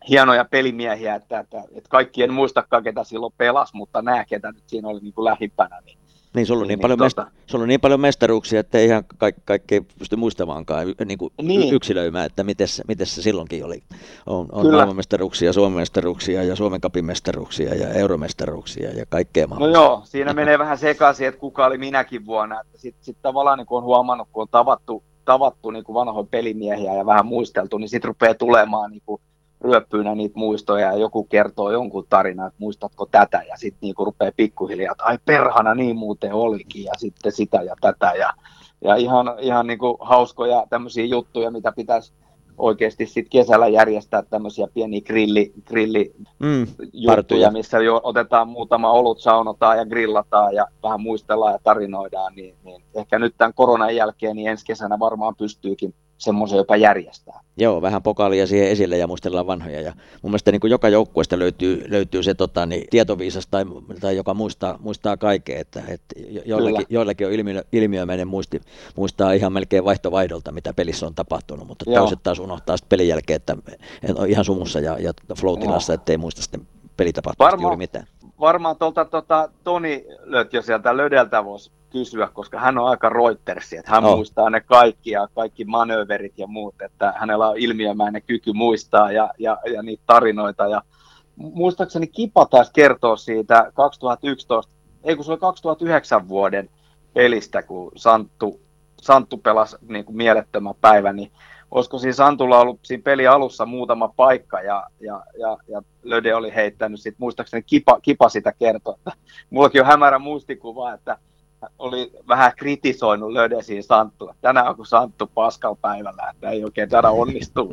Speaker 4: hienoja pelimiehiä, että, että, että kaikki en muistakaan, ketä silloin pelasi, mutta nämä, ketä nyt siinä oli niin kuin lähimpänä. Niin,
Speaker 5: niin, sulla on niin, niin, paljon
Speaker 4: tota...
Speaker 5: mest- sulla on niin paljon mestaruuksia, että ei ihan kaikki, kaikki pysty muistamaankaan niin kuin niin. yksilöimään, että miten se silloinkin oli. On, on maailmanmestaruuksia, Suomen mestaruuksia ja Suomen cupin mestaruuksia ja euromestaruuksia ja kaikkea mahdollista.
Speaker 4: No joo, siinä menee vähän sekaisin, että kuka oli minäkin vuonna. Sitten sit tavallaan niin kun on huomannut, kun on tavattu, tavattu niin kuin vanhoja pelimiehiä ja vähän muisteltu, niin sitten rupeaa tulemaan niin kuin ryöppyynä niitä muistoja ja joku kertoo jonkun tarinan, että muistatko tätä, ja sitten niinku rupeaa pikkuhiljaa, että ai perhana, niin muuten olikin, ja sitten sitä ja tätä, ja, ja ihan, ihan niinku hauskoja tämmöisiä juttuja, mitä pitäisi oikeasti sitten kesällä järjestää tämmöisiä pieniä grilli, grilli mm, juttuja, missä jo otetaan muutama olut, saunotaan ja grillataan ja vähän muistellaan ja tarinoidaan, niin, niin ehkä nyt tämän koronan jälkeen niin ensi kesänä varmaan pystyykin semmoisen jopa järjestää.
Speaker 5: Joo, vähän pokaalia siihen esille ja muistellaan vanhoja. Ja mun mielestä niin kuin joka joukkueesta löytyy, löytyy se tota, niin, tietoviisas tai, tai joka muistaa, muistaa kaiken. Että, että joillakin, joillakin on ilmiö, ilmiömäinen muisti, muistaa ihan melkein vaihtovaihdolta, mitä pelissä on tapahtunut, mutta Joo. toiset taas unohtaa sitten pelin jälkeen, että on ihan sumussa ja, ja flow-tilassa, ettei muista sitten pelitapahtumasta juuri mitään.
Speaker 4: Varmaan tuolta tuota, Toni Lötjö sieltä Lödeltä voisi kysyä, koska hän on aika Reutersi, että hän oh. muistaa ne kaikki ja kaikki manööverit ja muut, että hänellä on ilmiömäinen kyky muistaa ja, ja, ja niitä tarinoita. Ja muistaakseni Kipa taisi kertoa siitä kaksituhattayksitoista, ei kun se oli kaksituhattayhdeksän vuoden pelistä, kun Santtu, Santtu pelasi niin kuin mielettömän päivän, niin olisiko siinä Santulla ollut siinä pelin alussa muutama paikka ja, ja, ja, ja Löde oli heittänyt, sit, muistaakseni Kipa, Kipa sitä kertoi, että mullakin on hämärä muistikuva, että oli vähän kritisoinut Löde siinä Santtua. Tänään on kun Santtu paskal päivällä, että ei oikein taida onnistua.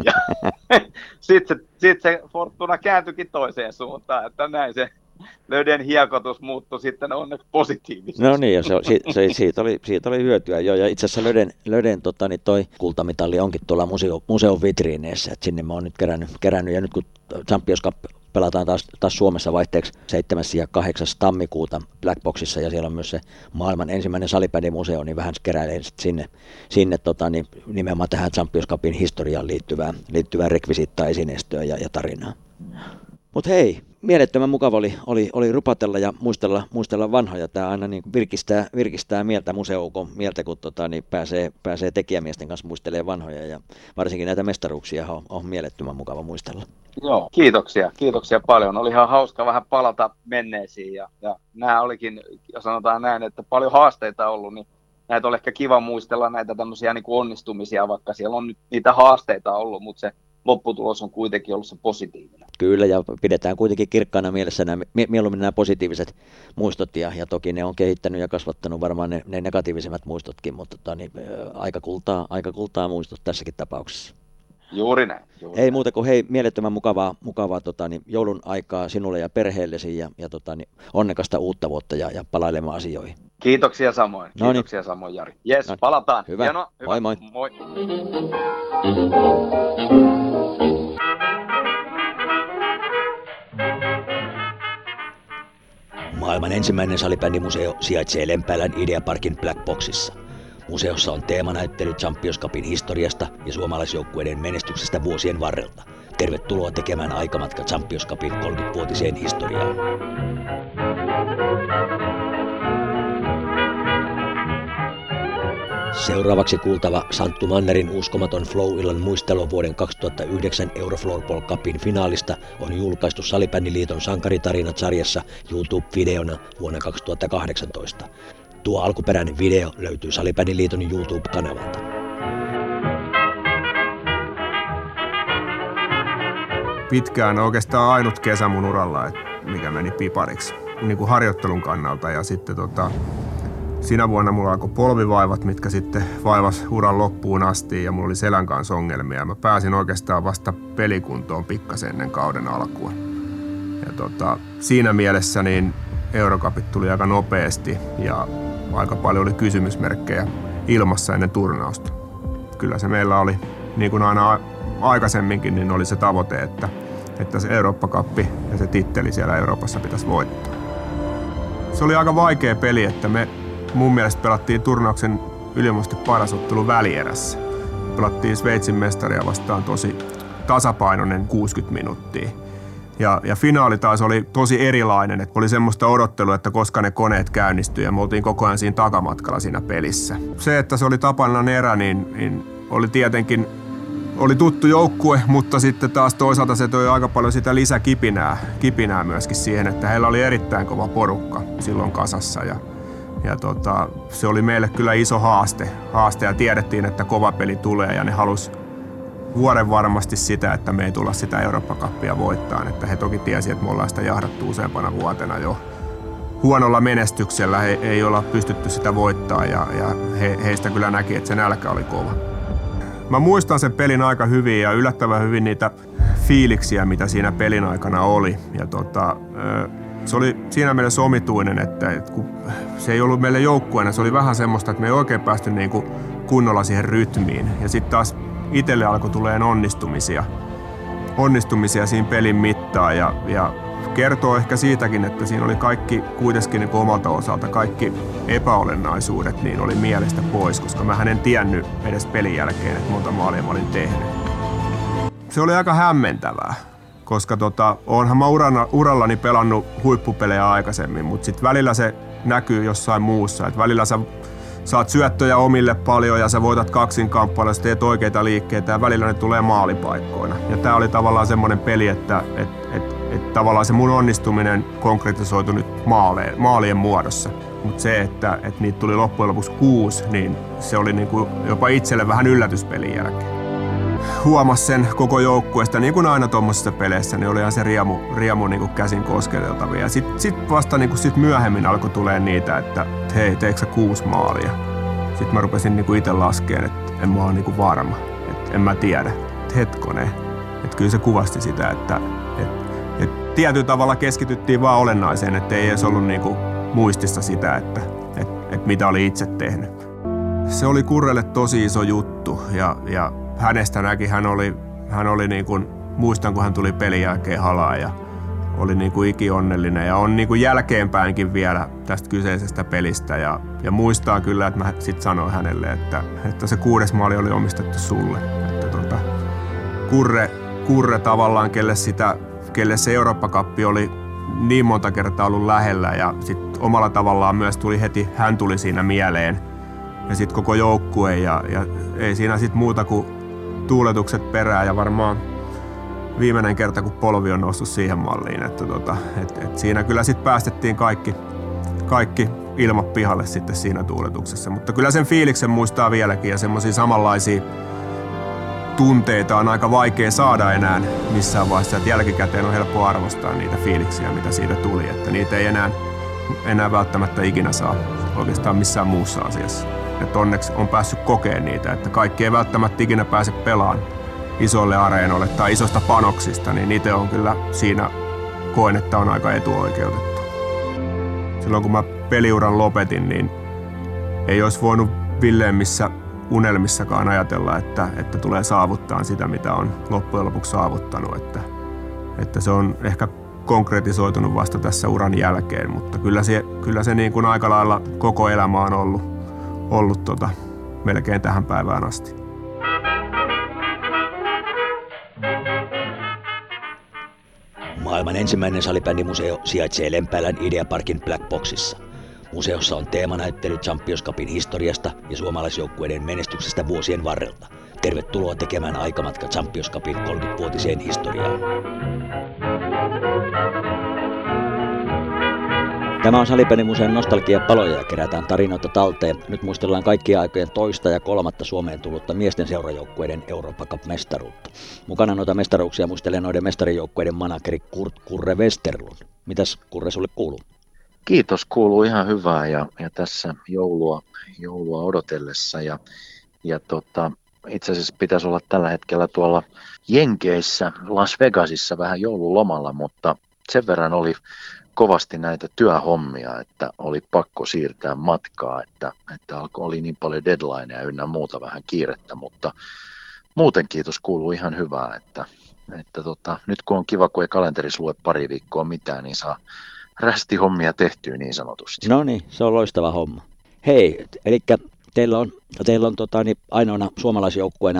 Speaker 4: Sitten se, sit se Fortuna kääntyikin toiseen suuntaan, että näin se Löden hiekotus muuttui sitten onneksi positiivisesti.
Speaker 5: No niin, ja se, se, siitä, oli, siitä oli hyötyä jo, ja itse asiassa Löden, Löden tota, niin toi kultamitalli onkin tuolla museo, museon vitriineissä, että sinne mä oon nyt kerännyt, kerännyt ja nyt kun Champions Cup pelataan taas, taas Suomessa vaihteeksi seitsemäs ja kahdeksas tammikuuta Blackboxissa, ja siellä on myös se maailman ensimmäinen salibändimuseo, niin vähän keräilee sinne, sinne tota, niin nimenomaan tähän Champions Cupin historiaan liittyvää, liittyvää rekvisiittaa, esineistöä ja, ja tarinaa. Mutta hei, mielettömän mukava oli, oli, oli rupatella ja muistella, muistella vanhoja. Tämä aina niin virkistää, virkistää mieltä, museoukon mieltä, kun tota, niin pääsee, pääsee tekijämiesten kanssa muistelemaan vanhoja. Ja varsinkin näitä mestaruuksia on, on mielettömän mukava muistella.
Speaker 4: Joo, kiitoksia. Kiitoksia paljon. Oli ihan hauska vähän palata menneisiin. Ja, ja nämä olikin, sanotaan näin, että paljon haasteita ollut, niin näitä oli ehkä kiva muistella näitä tämmöisiä niin kuin onnistumisia, vaikka siellä on nyt niitä haasteita ollut, mutta se lopputulos on kuitenkin ollut se positiivinen.
Speaker 5: Kyllä, ja pidetään kuitenkin kirkkaana mielessä nämä, mieluummin nämä positiiviset muistot, ja, ja toki ne on kehittänyt ja kasvattanut varmaan ne, ne negatiivisemmat muistotkin, mutta tota, niin, aika, kultaa, aika kultaa muistot tässäkin tapauksessa.
Speaker 4: Juuri näin. Juuri
Speaker 5: ei
Speaker 4: näin.
Speaker 5: muuta kuin hei, mielettömän mukavaa, mukavaa tota, niin, joulun aikaa sinulle ja perheellesi, ja, ja tota, niin, onnekasta uutta vuotta ja, ja palailemaan asioihin.
Speaker 4: Kiitoksia samoin.
Speaker 5: Noniin.
Speaker 4: Kiitoksia samoin, Jari. Jes, Noniin. Palataan.
Speaker 5: Hyvä.
Speaker 4: Hieno, hyvä.
Speaker 5: Moi moi.
Speaker 4: Moi.
Speaker 2: Maailman ensimmäinen salibändimuseo sijaitsee Lempäälän Ideaparkin Blackboxissa. Museossa on teemanäyttely Champions Cupin historiasta ja suomalaisjoukkueiden menestyksestä vuosien varrelta. Tervetuloa tekemään aikamatka Champions Cupin kolmekymmenvuotiseen historiaan. Seuraavaksi kuultava Santtu Mannerin uskomaton Flow-illan muistelu vuoden kaksituhattayhdeksän Eurofloorball Cupin finaalista on julkaistu Salibändiliiton sankaritarinat-sarjassa YouTube-videona vuonna kaksituhattakahdeksantoista. Tuo alkuperäinen video löytyy Salibändiliiton YouTube-kanavalta.
Speaker 6: Pitkään oikeastaan ainut kesä mun uralla, mikä meni pipariksi niin kuin harjoittelun kannalta, ja sitten tota, siinä vuonna mulla alkoi polvivaivat, mitkä sitten vaivas uran loppuun asti, ja mulla oli selän kanssa ongelmia. Mä pääsin oikeastaan vasta pelikuntoon pikkasen ennen kauden alkua. Ja tota, siinä mielessä niin Eurocupit tuli aika nopeasti, ja aika paljon oli kysymysmerkkejä ilmassa ennen turnausta. Kyllä se meillä oli, niin kuin aina aikaisemminkin, niin oli se tavoite, että, että se Eurooppa-kappi ja se titteli siellä Euroopassa pitäisi voittaa. Se oli aika vaikea peli, että me mun mielestä pelattiin turnauksen ylivoimaisesti paras ottelu välierässä. Pelattiin Sveitsin mestaria vastaan tosi tasapainoinen kuusikymmentä minuuttia. Ja, ja finaali taas oli tosi erilainen, että oli semmoista odottelua, että koska ne koneet käynnistyy ja me oltiin koko ajan siinä takamatkalla siinä pelissä. Se, että se oli Tapannan erä, niin, niin oli tietenkin oli tuttu joukkue, mutta sitten taas toisaalta se toi aika paljon sitä lisäkipinää kipinää myöskin siihen, että heillä oli erittäin kova porukka silloin kasassa. Ja, ja tota, se oli meille kyllä iso haaste, haaste ja tiedettiin, että kova peli tulee ja ne halusi vuoden varmasti sitä, että me ei tulla sitä Eurooppa-kappia voittaa. Että he toki tiesi, että me ollaan sitä jahdattu useampana vuotena jo. Huonolla menestyksellä he, ei olla pystytty sitä voittaa ja, ja he, heistä kyllä näki, että se nälkä oli kova. Mä muistan sen pelin aika hyvin ja yllättävän hyvin niitä fiiliksiä, mitä siinä pelin aikana oli. Ja tota, se oli siinä mielessä omituinen, että kun se ei ollut meille joukkueena, se oli vähän semmoista, että me ei oikein päästy niinku kunnolla siihen rytmiin. Ja sitten taas itselle alkoi tulemaan onnistumisia, onnistumisia siinä pelin mittaan ja, ja kertoo ehkä siitäkin, että siinä oli kaikki kuitenkin niin omalta osalta, kaikki epäolennaisuudet niin oli mielestä pois, koska mä en tiennyt edes pelin jälkeen, että monta maalia mä olin tehnyt. Se oli aika hämmentävää, koska tota, oonhan mä urana, urallani pelannut huippupelejä aikaisemmin, mutta sitten välillä se näkyy jossain muussa, että välillä sä saat syöttöjä omille paljon ja sä voitat kaksinkamppailla, sä teet oikeita liikkeitä ja välillä ne tulee maalipaikkoina. Ja tää oli tavallaan semmoinen peli, että et, et, et tavallaan se mun onnistuminen konkretisoitui nyt maaleen, maalien muodossa. Mutta se, että et niitä tuli loppujen lopuksi kuusi, niin se oli niinku jopa itselle vähän yllätyspelin jälkeen. Huomas sen koko joukkueesta, niin kuin aina tuommoisissa peleissä, niin olihan se riemu, riemu niin kuin käsin kosketeltavia. Ja sitten sit vasta niin kuin sit myöhemmin alkoi tulee niitä, että hei, teekö sä kuusi maalia? Sitten mä rupesin niin kuin itse laskeen, että en mä ole niin kuin varma, että en mä tiedä. Että hetkonen, että kyllä se kuvasti sitä, että et, et tietyllä tavalla keskityttiin vaan olennaiseen, että ei edes ollut niin kuin muistissa sitä, että et, et mitä oli itse tehnyt. Se oli Kurrelle tosi iso juttu ja, ja hänestä näki, hän oli, hän oli niin kuin, muistan kun hän tuli pelin jälkeen halaan ja oli niin kuin ikionnellinen ja on niin kuin jälkeenpäinkin vielä tästä kyseisestä pelistä ja, ja muistaa kyllä, että mä sitten sanoin hänelle, että, että se kuudes maali oli omistettu sulle. Että tota, Kurre, Kurre tavallaan, kelle, sitä, kelle se Eurooppa-kappi oli niin monta kertaa ollut lähellä ja sitten omalla tavallaan myös tuli heti, hän tuli siinä mieleen ja sitten koko joukkue ja, ja ei siinä sitten muuta kuin tuuletukset perään ja varmaan viimeinen kerta, kun polvi on noussut siihen malliin. Että tota, et, et siinä kyllä sitten päästettiin kaikki, kaikki ilmat pihalle sitten siinä tuuletuksessa. Mutta kyllä sen fiiliksen muistaa vieläkin ja semmoisia samanlaisia tunteita on aika vaikea saada enää missään vaiheessa. Että jälkikäteen on helppo arvostaa niitä fiiliksiä, mitä siitä tuli. Että niitä ei enää, enää välttämättä ikinä saa oikeastaan missään muussa asiassa. Että onneksi on päässyt kokeen niitä, että kaikki ei välttämättä ikinä pääse pelaamaan isolle areenoille tai isosta panoksista, niin itse on kyllä siinä koen, että on aika etuoikeutettu. Silloin kun mä peliuran lopetin, niin ei olisi voinut villeimmissä unelmissakaan ajatella, että, että tulee saavuttaa sitä, mitä on loppujen lopuksi saavuttanut. Että, että se on ehkä konkretisoitunut vasta tässä uran jälkeen, mutta kyllä se, kyllä se niin kuin aika lailla koko elämä on ollut. ollut tota, melkein tähän päivään asti.
Speaker 2: Maailman ensimmäinen salibändimuseo sijaitsee Lempäälän Ideaparkin Black Boxissa. Museossa on teemanäyttely Champions Cupin historiasta ja suomalaisjoukkueiden menestyksestä vuosien varrelta. Tervetuloa tekemään aikamatka Champions Cupin kolmekymmenvuotiseen historiaan.
Speaker 5: Tämä on Salibändimuseon nostalgiapaloja ja kerätään tarinoita talteen. Nyt muistellaan kaikkia aikojen toista ja kolmatta Suomeen tullutta miesten seurajoukkueiden Eurooppa Cup-mestaruutta. Mukana noita mestaruuksia muistelee noiden mestarijoukkueiden manageri Kurt Kurre Westerlund. Mitäs Kurre sulle kuuluu?
Speaker 7: Kiitos, kuuluu ihan hyvää ja, ja tässä joulua, joulua odotellessa. Ja, ja tota, itse asiassa pitäisi olla tällä hetkellä tuolla Jenkeissä, Las Vegasissa vähän joululomalla, mutta sen verran oli kovasti näitä työhommia, että oli pakko siirtää matkaa, että, että oli niin paljon deadlineja ynnä muuta vähän kiirettä, mutta muuten kiitos, kuuluu ihan hyvää, että, että tota, nyt kun on kiva, kun ei kalenterissa lue pari viikkoa mitään, niin saa rästihommia tehtyä niin sanotusti.
Speaker 5: No niin, se on loistava homma. Hei, eli teillä on, teillä on tota, niin ainoana suomalaisjoukkueena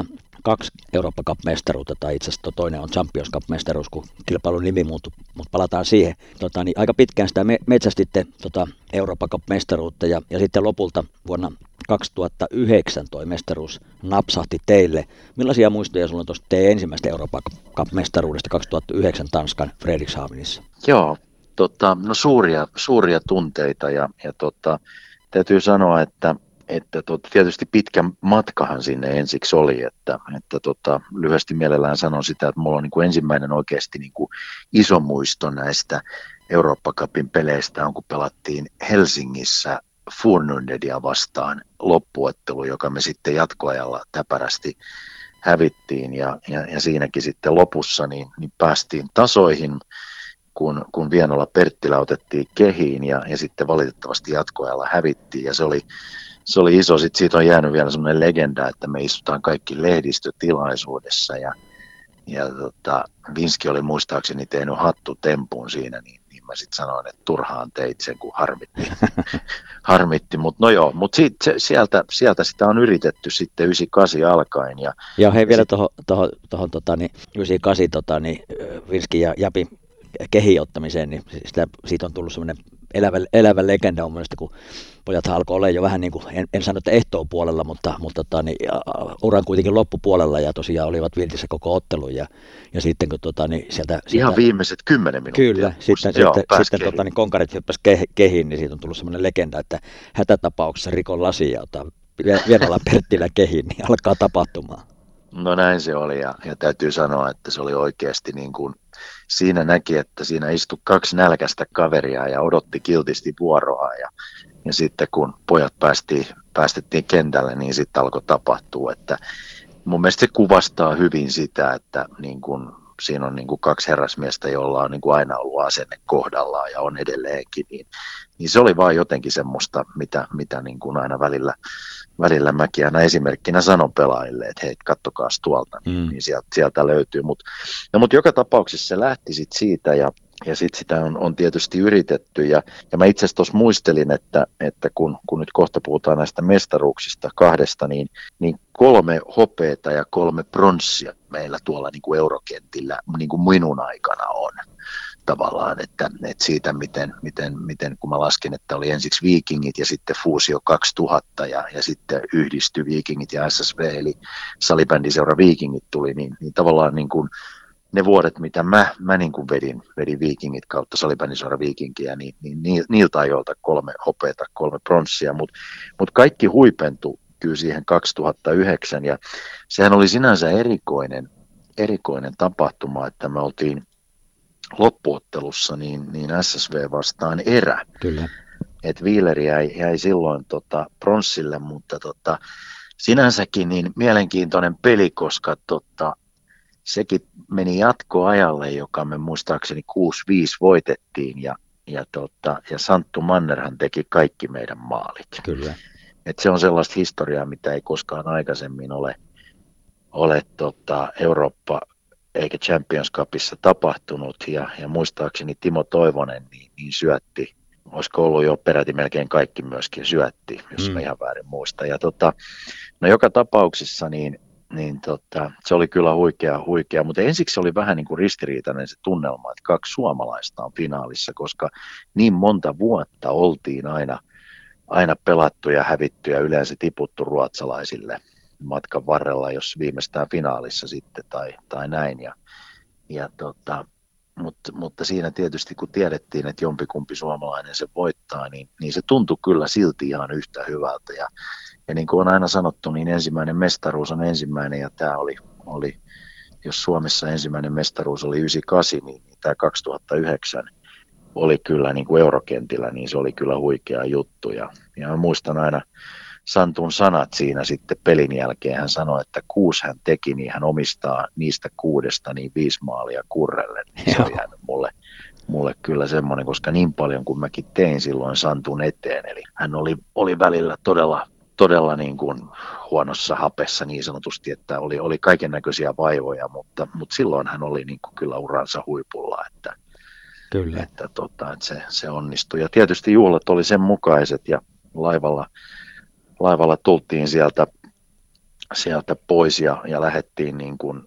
Speaker 5: kaksi Eurooppa Cup-mestaruutta, tai itse asiassa toinen on Champions Cup-mestaruus, kun kilpailun nimi muuttui, mutta palataan siihen. Tota, niin aika pitkään sitä me, metsästitte tota, Eurooppa Cup-mestaruutta, ja, ja sitten lopulta vuonna kaksituhattayhdeksän toi mestaruus napsahti teille. Millaisia muistoja sulla on tuosta teidän ensimmäistä Eurooppa Cup-mestaruudesta kaksituhattayhdeksän Tanskan Fredrikshavenissa?
Speaker 7: Joo, tota, no suuria, suuria tunteita, ja, ja tota, täytyy sanoa, että Että tot, tietysti pitkä matkahan sinne ensiksi oli, että, että tota, lyhyesti mielellään sanon sitä, että mulla on niin kuin ensimmäinen oikeasti niin kuin iso muisto näistä Eurooppa Cupin peleistä on, kun pelattiin Helsingissä Fornundedia vastaan loppuottelu, joka me sitten jatkoajalla täpärästi hävittiin, ja, ja, ja siinäkin sitten lopussa niin, niin päästiin tasoihin, kun, kun Vienola Perttilä otettiin kehiin, ja, ja sitten valitettavasti jatkoajalla hävittiin, ja se oli Se oli iso, sitten siitä on jäänyt vielä semmoinen legenda, että me istutaan kaikki lehdistötilaisuudessa, ja, ja tota, Vinski oli muistaakseni tehnyt hattutempun siinä, niin, niin mä sitten sanoin, että turhaan teit sen, kun harmitti, harmitti. Mutta no joo, mutta se, sieltä, sieltä sitä on yritetty sitten yhdeksänkymmentäkahdeksan alkaen. Ja,
Speaker 5: ja hei
Speaker 7: ja
Speaker 5: vielä
Speaker 7: sit...
Speaker 5: tuohon tohon, tota, niin, yhdeksänkymmentäkahdeksan tota, niin, Vinski ja Japi kehiottamiseen, niin sitä, siitä on tullut semmoinen elävä, elävä legenda on mielestäni, kun pojat alkoi olla jo vähän niin kuin, en, en sano, että ehtoon puolella, mutta, mutta tota, niin, uran kuitenkin loppupuolella, ja tosiaan olivat viltissä koko ottelun, ja, ja sitten kun tota, niin sieltä...
Speaker 7: Ihan
Speaker 5: sieltä,
Speaker 7: viimeiset kymmenen minuuttia.
Speaker 5: Kyllä, sitten,
Speaker 7: joo,
Speaker 5: sitten, sitten tota, niin konkarit hyppäsi ke, kehiin, niin siitä on tullut semmoinen legenda, että hätätapauksessa rikon lasi ja ottaa Vienola Perttilä kehiin, niin alkaa tapahtumaan.
Speaker 7: No näin se oli, ja, ja täytyy sanoa, että se oli oikeasti niin kuin, siinä näki, että siinä istui kaksi nälkäistä kaveria ja odotti kiltisti vuoroa, ja, ja sitten kun pojat päästiin, päästettiin kentälle, niin sitten alkoi tapahtua, että mun mielestä se kuvastaa hyvin sitä, että niin kuin, siinä on niin kuin kaksi herrasmiestä, jolla on niin kuin aina ollut asenne kohdallaan ja on edelleenkin, niin, niin se oli vaan jotenkin semmoista, mitä, mitä niin kuin aina välillä, välillä mäkin aina esimerkkinä sanon pelaajille, että hei, kattokaas tuolta, mm. niin sieltä, sieltä löytyy. Mut, no, mutta joka tapauksessa se lähti sit siitä, ja, ja sitten sitä on, on tietysti yritetty, ja, ja mä itse asiassa tuossa muistelin, että, että kun, kun nyt kohta puhutaan näistä mestaruuksista kahdesta, niin, niin kolme hopeeta ja kolme pronssia meillä tuolla niin kuin eurokentillä niin kuin minun aikana on. Tavallaan, että, että siitä, miten, miten, miten, kun mä lasken, että oli ensiksi Vikingit ja sitten Fuusio kaksituhatta ja, ja sitten yhdistyi Vikingit ja S S V, eli salibändiseura Vikingit tuli, niin, niin tavallaan niin kuin ne vuodet, mitä mä, mä niin kuin vedin, vedin Vikingit kautta salibändiseura Vikingiä, niin, niin niiltä ajoilta kolme hopeata, kolme pronssia, mutta mut kaikki huipentui kyllä siihen kaksituhattayhdeksän, ja sehän oli sinänsä erikoinen, erikoinen tapahtuma, että me oltiin loppuottelussa niin, niin S S V vastaan erä.
Speaker 5: Kyllä. Et
Speaker 7: Wheeleri jäi, jäi silloin tota, pronssille, mutta tota, sinänsäkin niin mielenkiintoinen peli, koska tota, sekin meni jatkoajalle, joka me muistaakseni kuusi viisi voitettiin, ja, ja, tota, ja Santtu Mannerhan teki kaikki meidän maalit.
Speaker 5: Kyllä.
Speaker 7: Et se on sellaista historiaa, mitä ei koskaan aikaisemmin ole, ole tota, Eurooppa eikä Champions Cupissa tapahtunut, ja, ja muistaakseni Timo Toivonen niin, niin syötti, olisiko ollut jo peräti melkein kaikki myöskin syötti, jos mm. mä ihan väärin muista. Ja tota, no joka tapauksessa niin, niin tota, se oli kyllä huikea, huikea, mutta ensiksi oli vähän niin kuin ristiriitainen se tunnelma, että kaksi suomalaista on finaalissa, koska niin monta vuotta oltiin aina, aina pelattu ja hävitty ja yleensä tiputtu ruotsalaisille matkan varrella, jos viimeistään finaalissa sitten tai, tai näin. Ja, ja tota, mutta, mutta siinä tietysti kun tiedettiin, että jompikumpi suomalainen se voittaa, niin, niin se tuntui kyllä silti ihan yhtä hyvältä. Ja, ja niin kuin on aina sanottu, niin ensimmäinen mestaruus on ensimmäinen, ja tämä oli, oli jos Suomessa ensimmäinen mestaruus oli yhdeksänkymmentäkahdeksan, niin, niin tämä kaksituhattayhdeksän oli kyllä niin kuin eurokentillä, niin se oli kyllä huikea juttu. Ja, ja muistan aina Santun sanat siinä sitten pelin jälkeen. Hän sanoi, että kuusi hän teki, niin hän omistaa niistä kuudesta niin viisi maalia Kurrelle. Se oli jäänyt mulle, mulle kyllä semmoinen, koska niin paljon kuin mäkin tein silloin Santun eteen. Eli hän oli, oli välillä todella, todella niin kuin huonossa hapessa niin sanotusti, että oli, oli kaiken näköisiä vaivoja, mutta, mutta silloin hän oli niin kuin kyllä uransa huipulla, että,
Speaker 5: kyllä.
Speaker 7: että, tota, että se, se onnistui. Ja tietysti juhlat oli sen mukaiset, ja laivalla Laivalla tultiin sieltä sieltä pois ja, ja lähdettiin niin kuin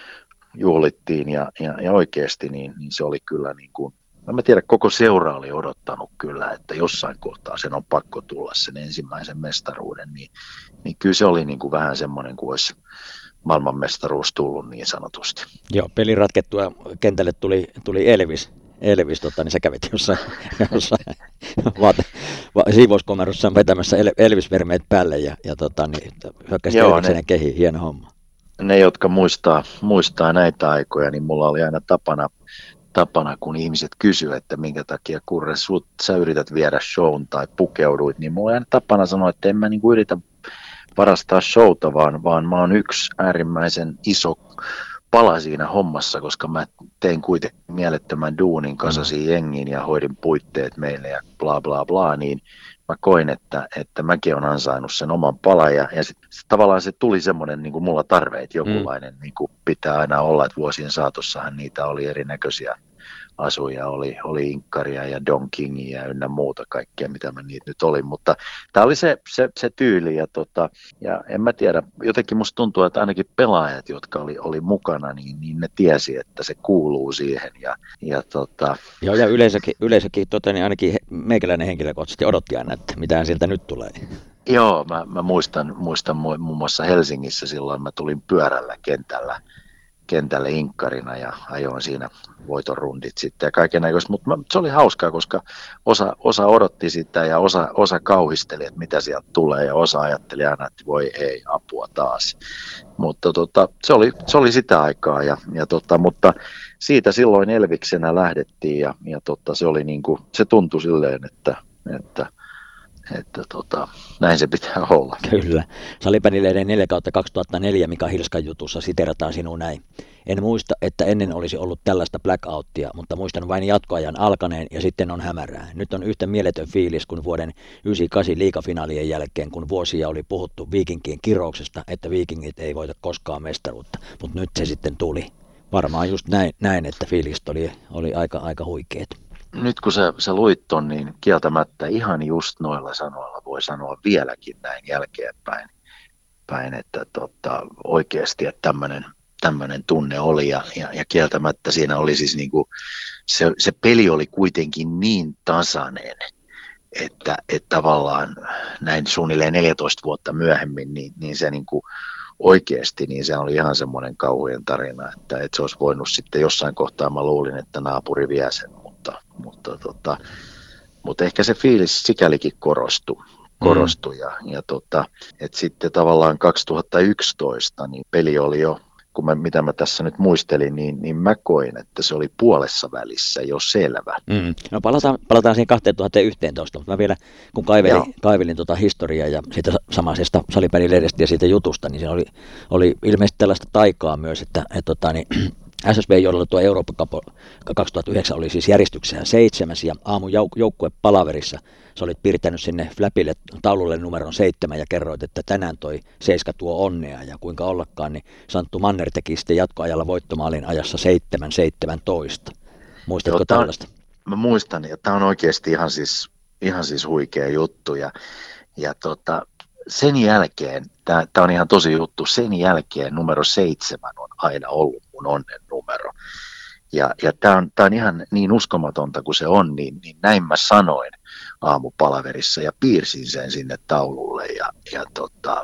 Speaker 7: juhlittiin ja, ja, ja oikeasti niin, niin se oli kyllä niin kuin, en mä tiedä, koko seura oli odottanut kyllä, että jossain kohtaa sen on pakko tulla sen ensimmäisen mestaruuden, niin, niin kyllä se oli niin kuin vähän semmoinen kuin olisi maailmanmestaruus tullut niin sanotusti.
Speaker 5: Joo, pelin ratkettua kentälle tuli, tuli Elvis. Elvis, tota, niin sä kävit jossain, jossain vaate, va, siivouskomerossa vetämässä El, Elvis-vermeet päälle ja, ja tota, niin, hyökkäsit Elviksen kehiin, hieno homma.
Speaker 7: Ne, jotka muistaa, muistaa näitä aikoja, niin mulla oli aina tapana, tapana kun ihmiset kysyvät, että minkä takia Kurre, sut, sä yrität viedä shown tai pukeuduit, niin mulla oli aina tapana sanoa, että en mä niin kuin yritä varastaa showta, vaan, vaan mä oon yksi äärimmäisen iso pala siinä hommassa, koska mä tein kuitenkin mielettömän duunin, kasasin jengiin ja hoidin puitteet meille ja bla bla bla, niin mä koin, että, että mäkin olen ansainnut sen oman palan ja, ja sit, sit tavallaan se tuli semmoinen niin kuin mulla tarve, että jokinlainen mm. niin kuin pitää aina olla, että vuosien saatossahan niitä oli erinäköisiä asuja, oli, oli Inkkaria ja Don Kingia ja ynnä muuta kaikkea, mitä mä niitä nyt olin, mutta tämä oli se, se, se tyyli ja, tota, ja en mä tiedä, jotenkin musta tuntuu, että ainakin pelaajat, jotka oli, oli mukana, niin, niin ne tiesi, että se kuuluu siihen ja, ja tota...
Speaker 5: Joo, ja yleisökin, yleisökin tota, niin ainakin meikäläinen henkilökohtaisesti odotti aina, että mitään sieltä nyt tulee.
Speaker 7: Joo, mä, mä muistan, muistan muun muassa Helsingissä silloin, mä tulin pyörällä kentällä, kentälle inkkarina ja ajoin siinä voitonrundit sitten ja kaikennäköistä, mutta se oli hauskaa, koska osa, osa odotti sitä ja osa, osa kauhisteli, että mitä sieltä tulee ja osa ajatteli aina, että voi ei, apua taas. Mutta tota, se, oli, se oli sitä aikaa, ja, ja tota, mutta siitä silloin Elviksenä lähdettiin ja, ja tota, se, oli niin kuin, se tuntui silleen, että, että Että tota, näin se pitää olla.
Speaker 5: Kyllä. Salibändilehden neljä kautta kaksituhattaneljä Mika Hilskan jutussa siterataan sinua näin. En muista, että ennen olisi ollut tällaista blackouttia, mutta muistan vain jatkoajan alkaneen ja sitten on hämärää. Nyt on yhtä mieletön fiilis kuin vuoden yhdeksänkymmentäkahdeksan liigafinaalien jälkeen, kun vuosia oli puhuttu Viikinkien kirouksesta, että Viikingit ei voita koskaan mestaruutta, mutta nyt se sitten tuli. Varmaan just näin, näin että fiilikset oli, oli aika, aika huikeet.
Speaker 7: Nyt kun sä, sä luit ton, niin kieltämättä ihan just noilla sanoilla voi sanoa vieläkin näin jälkeenpäin, päin, että tota, oikeasti, että tämmöinen tämmöinen tunne oli ja, ja, ja kieltämättä siinä oli siis niinku, se, se peli oli kuitenkin niin tasainen, että, että tavallaan näin suunnilleen neljätoista vuotta myöhemmin, niin, niin se niinku oikeasti, niin se oli ihan semmoinen kauhujen tarina, että, että se olisi voinut sitten jossain kohtaa, mä luulin, että naapuri vie sen, mutta, mutta, tota, mutta ehkä se fiilis sikälikin korostui. korostui mm. ja, ja tota, että sitten tavallaan kaksituhattayksitoista niin peli oli jo, kun mä, mitä mä tässä nyt muistelin, niin, niin mä koin, että se oli puolessa välissä jo selvä.
Speaker 5: Mm. No palataan, palataan siihen kaksituhattayksitoista, mutta mä vielä kun kaivelin, kaivelin tota historiaa ja siitä samaisesta salibändilehdestä ja siitä jutusta, niin se oli, oli ilmeisesti tällaista taikaa myös, että et, tota, niin, S S B-johdolla tuo Eurooppa Cup kaksituhattayhdeksän oli siis järjestyksessä seitsemäs ja aamun jouk- joukkuepalaverissa sä olit piirtänyt sinne flapille taululle numeron seitsemän ja kerroit, että tänään toi seiska tuo onnea ja kuinka ollakaan, niin Santtu Manner teki sitten jatkoajalla voittomaalin ajassa seitsemän seitsemäntoista. Muistatko
Speaker 7: Joo,
Speaker 5: tällaista?
Speaker 7: Mä muistan, ja tämä on oikeasti ihan siis, ihan siis huikea juttu ja, ja tota, sen jälkeen, tämä on ihan tosi juttu, sen jälkeen numero seitsemän on aina ollut mun onnen numero. Ja, ja tämä on, on ihan niin uskomatonta kuin se on, niin, niin näin mä sanoin aamupalaverissa ja piirsin sen sinne taululle. Ja, ja tota,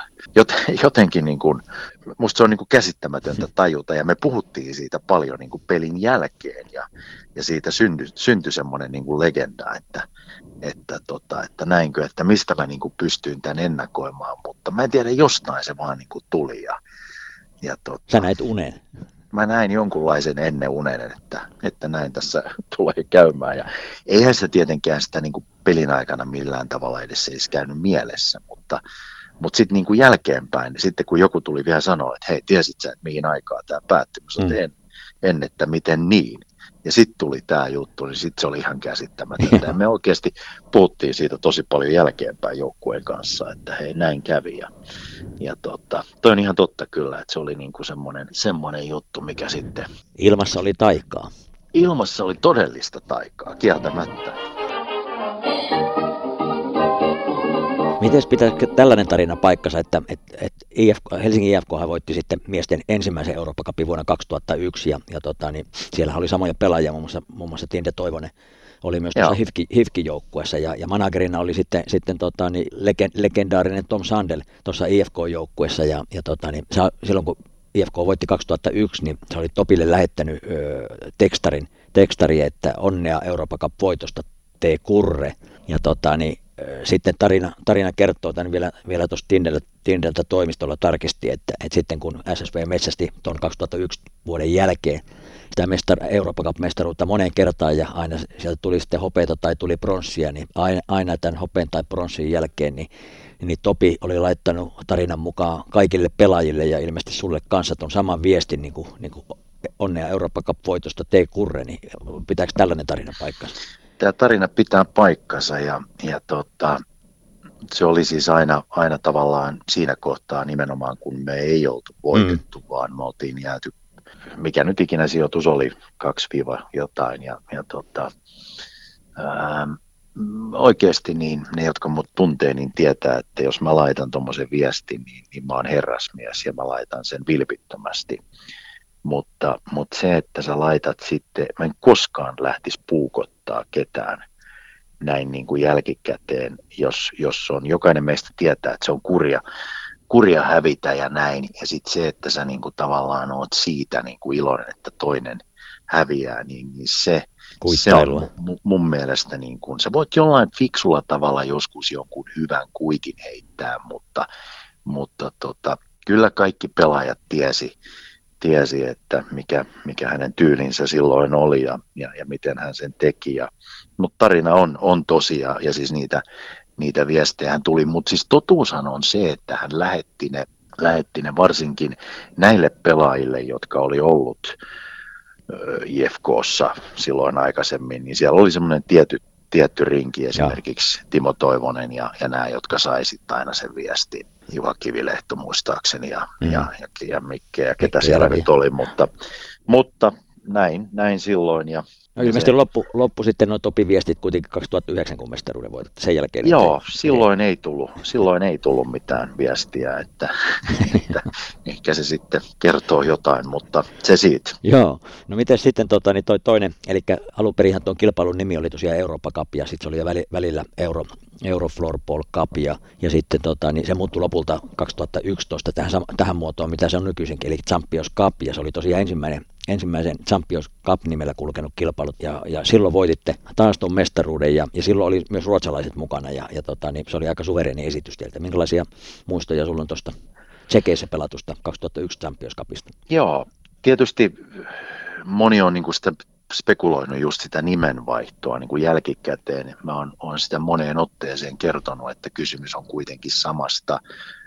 Speaker 7: jotenkin niin kuin, musta se on niin kuin käsittämätöntä tajuta ja me puhuttiin siitä paljon niin kuin pelin jälkeen ja, ja siitä syntyi, syntyi semmoinen niin kuin legenda, että, että, tota, että näinkö, että mistä mä niin kuin pystyin tämän ennakoimaan, mutta mä en tiedä, jostain se vaan niin kuin tuli. Ja, ja tota,
Speaker 5: Sä näit unen.
Speaker 7: Mä näin jonkunlaisen ennen unen, että, että näin tässä tulee käymään. Ja eihän se tietenkään sitä niin kuin pelin aikana millään tavalla edes edes käynyt mielessä, mutta, mutta sitten niin kuin jälkeenpäin, sitten kun joku tuli vielä sanoa, että hei, tiesit sä, että mihin aikaa tämä päättyi? Mä sanoin, en, en, että miten niin. Ja sitten tuli tämä juttu, niin sitten se oli ihan käsittämätöntä. Ja me oikeasti puhuttiin siitä tosi paljon jälkeenpäin joukkueen kanssa, että hei, näin kävi. Ja, ja tota, toi on ihan totta kyllä, että se oli niinku semmoinen, semmoinen juttu, mikä sitten...
Speaker 5: Ilmassa oli taikaa.
Speaker 7: Ilmassa oli todellista taikaa, kieltämättä.
Speaker 5: Miten pitää tällainen tarina paikkansa, että, että, että I F K, Helsingin I F K voitti sitten miesten ensimmäisen Eurooppa-cupin vuonna kaksituhattayksi ja, ja tota, niin siellä oli samoja pelaajia, muun muassa, muun muassa Tinde Toivonen oli myös tuossa H I F K-joukkueessa ja, ja managerina oli sitten, sitten tota, niin legend, legendaarinen Tom Sandel tuossa I F K-joukkueessa ja, ja tota, niin, silloin kun I F K voitti kaksituhattayksi, niin se oli Topille lähettänyt ö, tekstarin, tekstari, että onnea Eurooppa Cup-voitosta T. Kurre ja tota, niin, sitten tarina, tarina kertoo tämän vielä, vielä tuossa Tindeltä, Tindeltä toimistolla tarkisti, että, että sitten kun S S V metsästi tuon kaksituhattayksi vuoden jälkeen sitä mestar, Eurooppa Cup-mestaruutta moneen kertaan ja aina sieltä tuli sitten hopeita tai tuli pronssia, niin aina, aina tämän hopeen tai pronssin jälkeen niin, niin Topi oli laittanut tarinan mukaan kaikille pelaajille ja ilmeisesti sulle kanssa tuon saman viestin niin kuin, niin kuin onnea Eurooppa Cup-voitosta T. Kurre, niin pitääkö tällainen tarina paikkansa?
Speaker 7: Tämä tarina pitää paikkansa ja, ja tota, se oli siis aina, aina tavallaan siinä kohtaa nimenomaan, kun me ei oltu voitettu, mm. vaan me oltiin jääty, mikä nyt ikinä sijoitus oli, kaksi viiva jotain. Ja, ja tota, ää, oikeasti niin, ne, jotka mut tuntee, niin tietää, että jos mä laitan tuommoisen viestin, niin, niin mä oon herrasmies ja mä laitan sen vilpittömästi. Mutta, mutta se, että sä laitat sitten, mä en koskaan lähtisi puukottaa ketään näin niin kuin jälkikäteen, jos, jos on, jokainen meistä tietää, että se on kurja, kurja hävitä ja näin. Ja sitten se, että sä niin kuin tavallaan oot siitä niin kuin iloinen, että toinen häviää, niin, niin se, se on mun, mun mielestä, niin kuin, sä voit jollain fiksulla tavalla joskus jonkun hyvän kuitin heittää, mutta, mutta tota, kyllä kaikki pelaajat tiesi, tiesi, että mikä, mikä hänen tyylinsä silloin oli ja, ja, ja miten hän sen teki. Mutta tarina on, on tosi ja, ja siis niitä, niitä viestejä hän tuli, mutta siis totuushan on se, että hän lähetti ne, lähetti ne varsinkin näille pelaajille, jotka oli ollut I F K:ssa silloin aikaisemmin, niin siellä oli semmoinen tietty, tietty rinki, esimerkiksi ja. Timo Toivonen ja, ja nämä, jotka sai sitten aina sen viestin. Juha Kivilehto muistaakseni ja, mm. ja, ja, ja Mikke ja ketä Mikke siellä nyt oli, mutta, mutta näin, näin silloin. Ja
Speaker 5: no ilmeisesti se, loppu, loppu sitten nuo Topi-viestit kuitenkin kaksituhattayhdeksän, kun mestaruuden voitettu sen jälkeen.
Speaker 7: Joo, ei, silloin, ei tullut, silloin ei tullut mitään viestiä, että, että ehkä se sitten kertoo jotain, mutta se siitä.
Speaker 5: Joo, no miten sitten tota, niin toi toinen, eli alunperinhan tuon kilpailun nimi oli tosiaan Eurooppa Cup ja sitten se oli jo välillä Euro, Euro Floorball Cup ja, ja sitten tota, niin se muuttui lopulta kaksituhattayksitoista tähän, tähän muotoon, mitä se on nykyisinkin, eli Champions Cup ja se oli tosiaan ensimmäinen ensimmäisen Champions Cup-nimellä kulkenut kilpailut, ja, ja silloin voititte taas tuon mestaruuden, ja, ja silloin oli myös ruotsalaiset mukana, ja, ja tota, niin se oli aika suvereeni esitys teiltä. Minkälaisia muistoja sulla on tuosta Tsekeissä pelatusta kaksituhattayksi Champions Cupista?
Speaker 7: Joo, tietysti moni on niin kuin sitä spekuloinut just sitä nimenvaihtoa niin kuin jälkikäteen. Mä oon, oon sitä moneen otteeseen kertonut, että kysymys on kuitenkin samasta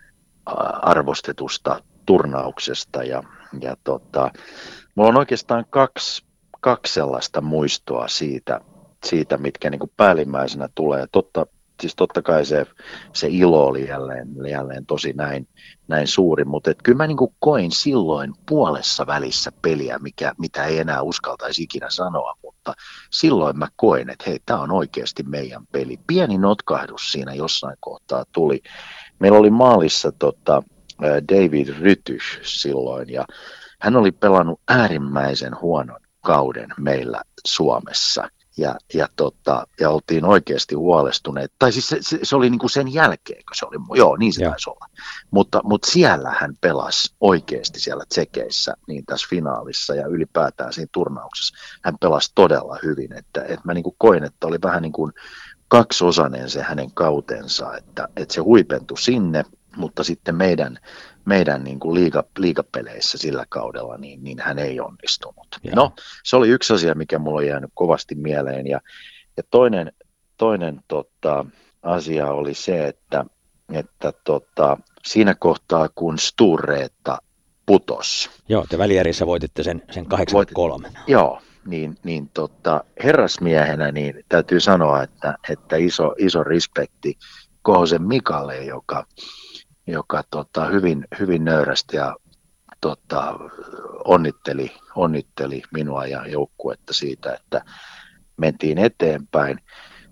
Speaker 7: arvostetusta turnauksesta, ja, ja tota, mulla on oikeastaan kaksi, kaksi sellaista muistoa siitä, siitä mitkä niin kuin päällimmäisenä tulee. Totta, siis totta kai se, se ilo oli jälleen, jälleen tosi näin, näin suuri, mutta et kyllä mä niin kuin koin silloin puolessa välissä peliä, mikä, mitä ei enää uskaltaisi ikinä sanoa, mutta silloin mä koin, että hei, tämä on oikeasti meidän peli. Pieni notkahdus siinä jossain kohtaa tuli. Meillä oli maalissa tota, David Rytych silloin, ja hän oli pelannut äärimmäisen huonon kauden meillä Suomessa, ja, ja, tota, ja oltiin oikeasti huolestuneet, tai siis se, se, se oli niin kuin sen jälkeen, kun se oli, joo, niin se ja. taisi olla, mutta, mutta siellä hän pelasi oikeasti siellä Tsekeissä, niin tässä finaalissa ja ylipäätään siinä turnauksessa, hän pelasi todella hyvin, että, että mä niin kuin koin, että oli vähän niin kuin kaksiosainen se hänen kautensa, että, että se huipentui sinne, mutta sitten meidän, meidän niin kuin liiga, liigapeleissä sillä kaudella, niin, niin hän ei onnistunut. Ja. No, se oli yksi asia, mikä mulla on jäänyt kovasti mieleen. Ja, ja toinen, toinen tota, asia oli se, että, että tota, siinä kohtaa, kun Sturreetta putosi.
Speaker 5: Joo, te välijärissä voititte sen, sen kahdeksan kolme.
Speaker 7: Joo, niin, niin tota, herrasmiehenä niin täytyy sanoa, että, että iso, iso respekti Kohosen Mikalle, joka joka tota, hyvin, hyvin nöyrästi ja tota, onnitteli, onnitteli minua ja joukkuetta siitä, että mentiin eteenpäin.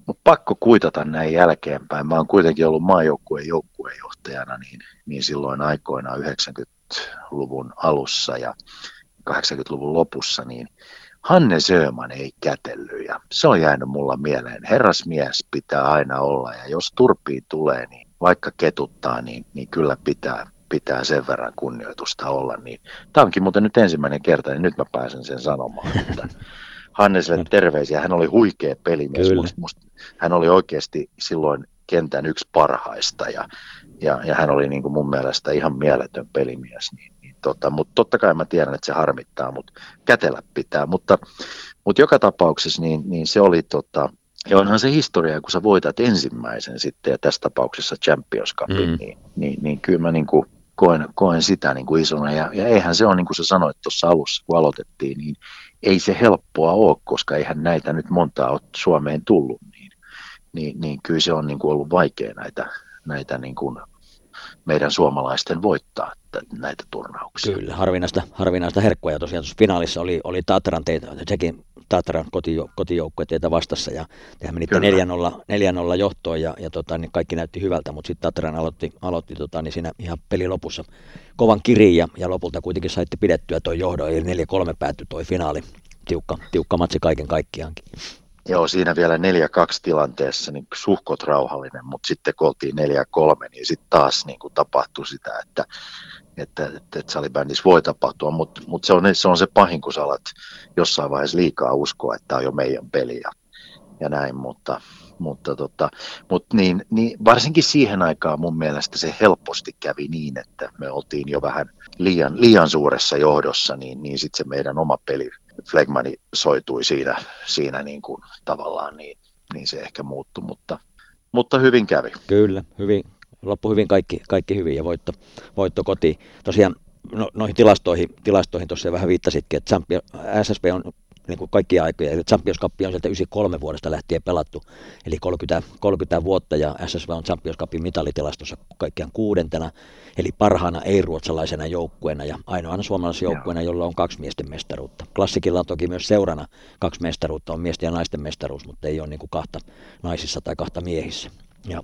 Speaker 7: Mutta pakko kuitata näin jälkeenpäin. Mä oon kuitenkin ollut maajoukkueen joukkueenjohtajana niin, niin silloin aikoinaan yhdeksänkymmentäluvun alussa ja kahdeksankymmentäluvun lopussa, niin Hanne Sööman ei kätellyt ja se on jäänyt mulla mieleen. Herrasmies pitää aina olla ja jos turpiin tulee, niin vaikka ketuttaa, niin, niin kyllä pitää, pitää sen verran kunnioitusta olla. Niin, tämä onkin muuten nyt ensimmäinen kerta, niin nyt mä pääsen sen sanomaan, että Hanneselle terveisiä. Hän oli huikea pelimies. Musta, musta, hän oli oikeasti silloin kentän yksi parhaista ja, ja, ja hän oli niin kuin mun mielestä ihan mieletön pelimies. Niin, niin tota, mutta totta kai mä tiedän, että se harmittaa, mutta kätellä pitää. Mutta, mutta joka tapauksessa niin, niin se oli, tota, ja onhan se historia, kun sä voitat ensimmäisen sitten ja tässä tapauksessa Champions Cupin, mm. niin, niin, niin kyllä mä niin kuin koen, koen sitä niin kuin isona. Ja, ja eihän se ole, niin kuin sä sanoit tuossa alussa, kun aloitettiin, niin ei se helppoa ole, koska eihän näitä nyt montaa ole Suomeen tullut, niin, niin, niin kyllä se on niin kuin ollut vaikea näitä, näitä niin kuin meidän suomalaisten voittaa näitä turnauksia.
Speaker 5: Kyllä, harvinaista, harvinaista herkkua, ja tosiaan tuossa finaalissa oli, oli Tatran teitä, sekin Tatran kotijo, kotijoukkue teitä vastassa, ja tehän menitte neljä nolla johtoon, ja, ja tota, niin kaikki näytti hyvältä, mutta sitten Tatran aloitti, aloitti tota, niin siinä ihan pelin lopussa kovan kirin, ja, ja lopulta kuitenkin saitte pidettyä tuon johdon, eli neljä kolme päättyi toi finaali, tiukka, tiukka matsi kaiken kaikkiaankin.
Speaker 7: Joo, siinä vielä neljä kaksi tilanteessa niin suhkot rauhallinen, mutta sitten kun oltiin neljä kolme, niin sitten taas niin kuin tapahtui sitä, että, että, että, että salibändissä voi tapahtua, mutta mut se, se on se pahin, kun sä alat jossain vaiheessa liikaa uskoa, että tämä on jo meidän peli ja, ja näin, mutta, mutta, tota, mutta niin, niin varsinkin siihen aikaan mun mielestä se helposti kävi niin, että me oltiin jo vähän liian, liian suuressa johdossa, niin, niin sitten se meidän oma peli Flegmani soitui siinä, siinä niin kuin tavallaan, niin, niin se ehkä muuttui, mutta, mutta hyvin kävi.
Speaker 5: Kyllä, hyvin, loppui hyvin kaikki, kaikki hyvin ja voitto, voitto kotiin. Tosiaan no, noihin tilastoihin, tilastoihin tuossa vähän viittasitkin, että S S B on niin kuin kaikkia aikoja, eli Champions Cup on sieltä yhdeksänkymmentäkolme vuodesta lähtien pelattu, eli kolmekymmentä, kolmekymmentä vuotta, ja S S B on Champions Cupin mitallitilastossa kaikkiaan kuudentena, eli parhaana ei-ruotsalaisena joukkueena, ja ainoana suomalaisena joukkueena, jolla on kaksi miesten mestaruutta. Klassikilla on toki myös seurana kaksi mestaruutta, on miesten ja naisten mestaruus, mutta ei ole niin kuin kahta naisissa tai kahta miehissä. Ja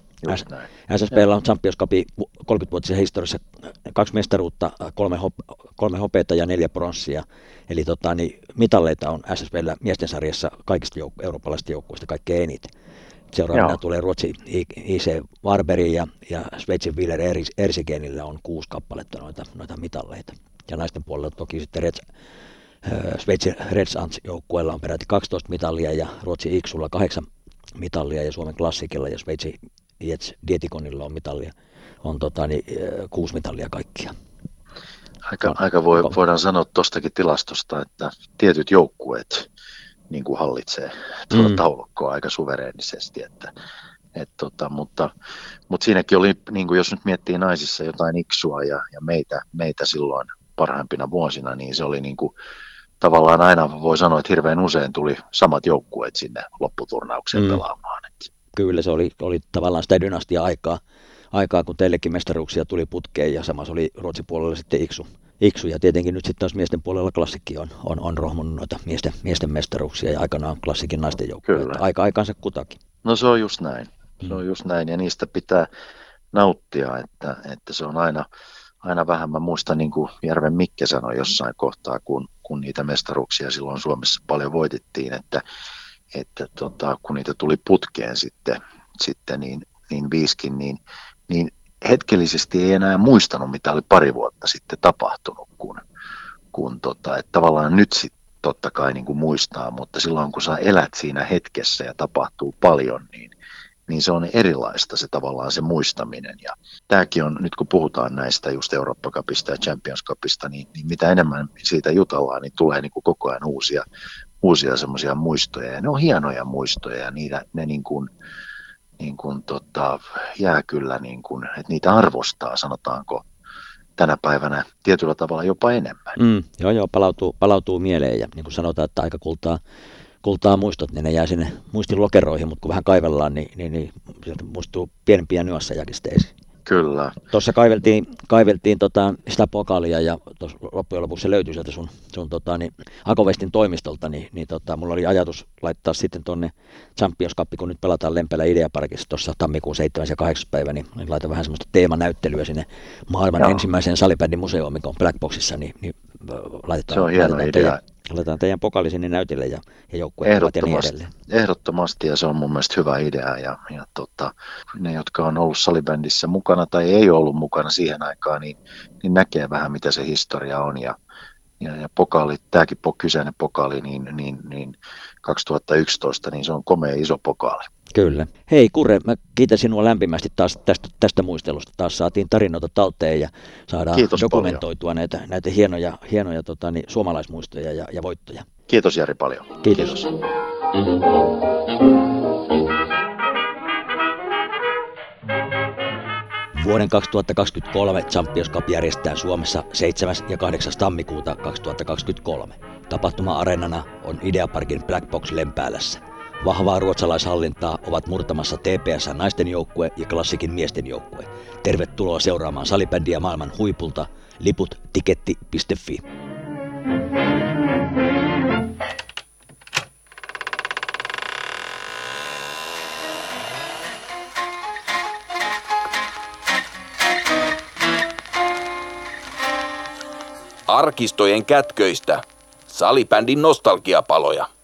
Speaker 5: S S B:llä on Champions Cupin kolmekymmenvuotisen historiassa kaksi mestaruutta, kolme, hop- kolme hopeata ja neljä pronssia. Eli tota, niin mitalleita on S S B:llä miesten sarjassa kaikista jouk- eurooppalaisista joukkueista kaikkein eniten. Seuraavana Joo. tulee Ruotsi I C Varberg ja, ja Sveitsin Willer Ersigenillä on kuusi kappaletta noita, noita mitalleita. Ja naisten puolella toki sitten Reds, äh, Sveitsin Reds joukkueella on peräti kaksitoista mitallia ja Ruotsi Iksulla kahdeksan mitallia ja Suomen Klassikilla ja Sveitsin Jets Dietikonilla on mitallia, on tota, niin, kuusi mitallia kaikkia.
Speaker 7: Aika, aika voi, voidaan sanoa tuostakin tilastosta, että tietyt joukkueet niin kuin hallitsee tuota mm. taulukkoa aika suvereenisesti, että, et, tota, mutta, mutta siinäkin oli, niin kuin jos nyt miettii naisissa jotain Iksua ja, ja meitä, meitä silloin parhaimpina vuosina, niin se oli niin kuin tavallaan aina voi sanoa, että hirveän usein tuli samat joukkueet sinne lopputurnaukseen mm. pelaamaan.
Speaker 5: Kyllä se oli, oli tavallaan sitä dynastia-aikaa, aikaa, kun teillekin mestaruuksia tuli putkeen ja samassa oli Ruotsin puolella sitten Iksu. Iksu ja tietenkin nyt sitten taas miesten puolella Klassikki on, on, on rohmunut noita miesten, miesten mestaruuksia ja aikanaan Klassikin naisten joukkueita. Aika aikansa kutakin.
Speaker 7: No se on just näin. Se on just näin ja niistä pitää nauttia, että, että se on aina, aina vähän. Mä muistan niin kuin Järven Mikke sanoi jossain kohtaa, kun, kun niitä mestaruuksia silloin Suomessa paljon voitettiin, että että tota, kun niitä tuli putkeen sitten, sitten niin, niin viiskin, niin, niin hetkellisesti ei enää muistanut, mitä oli pari vuotta sitten tapahtunut, kun, kun tota, että tavallaan nyt sitten totta kai niin kuin muistaa, mutta silloin kun sä elät siinä hetkessä ja tapahtuu paljon, niin, niin se on erilaista se tavallaan se muistaminen. Ja tämäkin on, nyt kun puhutaan näistä just Eurooppa Cupista ja Champions Cupista, niin, niin mitä enemmän siitä jutellaan, niin tulee niin kuin koko ajan uusia uusia semmoisia muistoja, ja ne on hienoja muistoja, ja niitä, ne niin kuin, niin kuin tota, jää kyllä, niin kuin, että niitä arvostaa, sanotaanko, tänä päivänä tietyllä tavalla jopa enemmän.
Speaker 5: Mm, joo, joo, palautuu, palautuu mieleen, ja niin kuin sanotaan, että aika kultaa, kultaa muistot, niin ne jää sinne muistin lokeroihin, mutta kun vähän kaivellaan, niin, niin, niin sieltä muistuu pienempiä nyanssejakin sitten esiin.
Speaker 7: Kyllä.
Speaker 5: Tuossa kaiveltiin, kaiveltiin tota sitä pokaalia ja tuossa loppujen lopuksi se löytyi sieltä sun, sun tota, niin, Akovestin toimistolta, niin, niin tota, mulla oli ajatus laittaa sitten tuonne Champions Cup, kun nyt pelataan Lempälä Ideaparkissa tuossa tammikuun seitsemäs ja kahdeksas päivä, niin, niin laitan vähän semmoista teemanäyttelyä sinne maailman Joo. ensimmäiseen salibändin museoon, mikä on Blackboxissa, niin, niin laitetaan,
Speaker 7: se on hieno
Speaker 5: laitetaan,
Speaker 7: idea.
Speaker 5: teidän, laitetaan teidän pokaali sinne näytille ja, ja joukkueet ja niin edelleen.
Speaker 7: Ehdottomasti, ja se on mun mielestä hyvä idea, ja, ja tota, ne, jotka on ollut salibändissä mukana tai ei ollut mukana siihen aikaan, niin, niin näkee vähän, mitä se historia on, ja, ja, ja pokaali, tämäkin kyseinen pokaali, niin, niin, niin kaksituhattayksitoista, niin se on komea iso pokaali.
Speaker 5: Kyllä. Hei Kurre, mä kiitän sinua lämpimästi taas tästä, tästä muistelusta. Taas saatiin tarinoita talteen ja saadaan
Speaker 7: Kiitos
Speaker 5: dokumentoitua näitä, näitä hienoja, hienoja tota, niin, suomalaismuistoja ja, ja voittoja.
Speaker 7: Kiitos Jari paljon.
Speaker 5: Kiitos.
Speaker 7: Kiitos.
Speaker 5: Vuoden kaksituhattakaksikymmentäkolme Champions Cup järjestetään Suomessa seitsemäs ja kahdeksas tammikuuta kaksituhattakaksikymmentäkolme. Tapahtuma-areenana on Ideaparkin Black Box Lempäälässä. Vahvaa ruotsalaishallintaa ovat murtamassa T P S naisten joukkue ja Klassikin miesten joukkue. Tervetuloa seuraamaan salibändiä maailman huipulta. Liput tiketti piste fi.
Speaker 1: Arkistojen kätköistä salibändin nostalgiapaloja.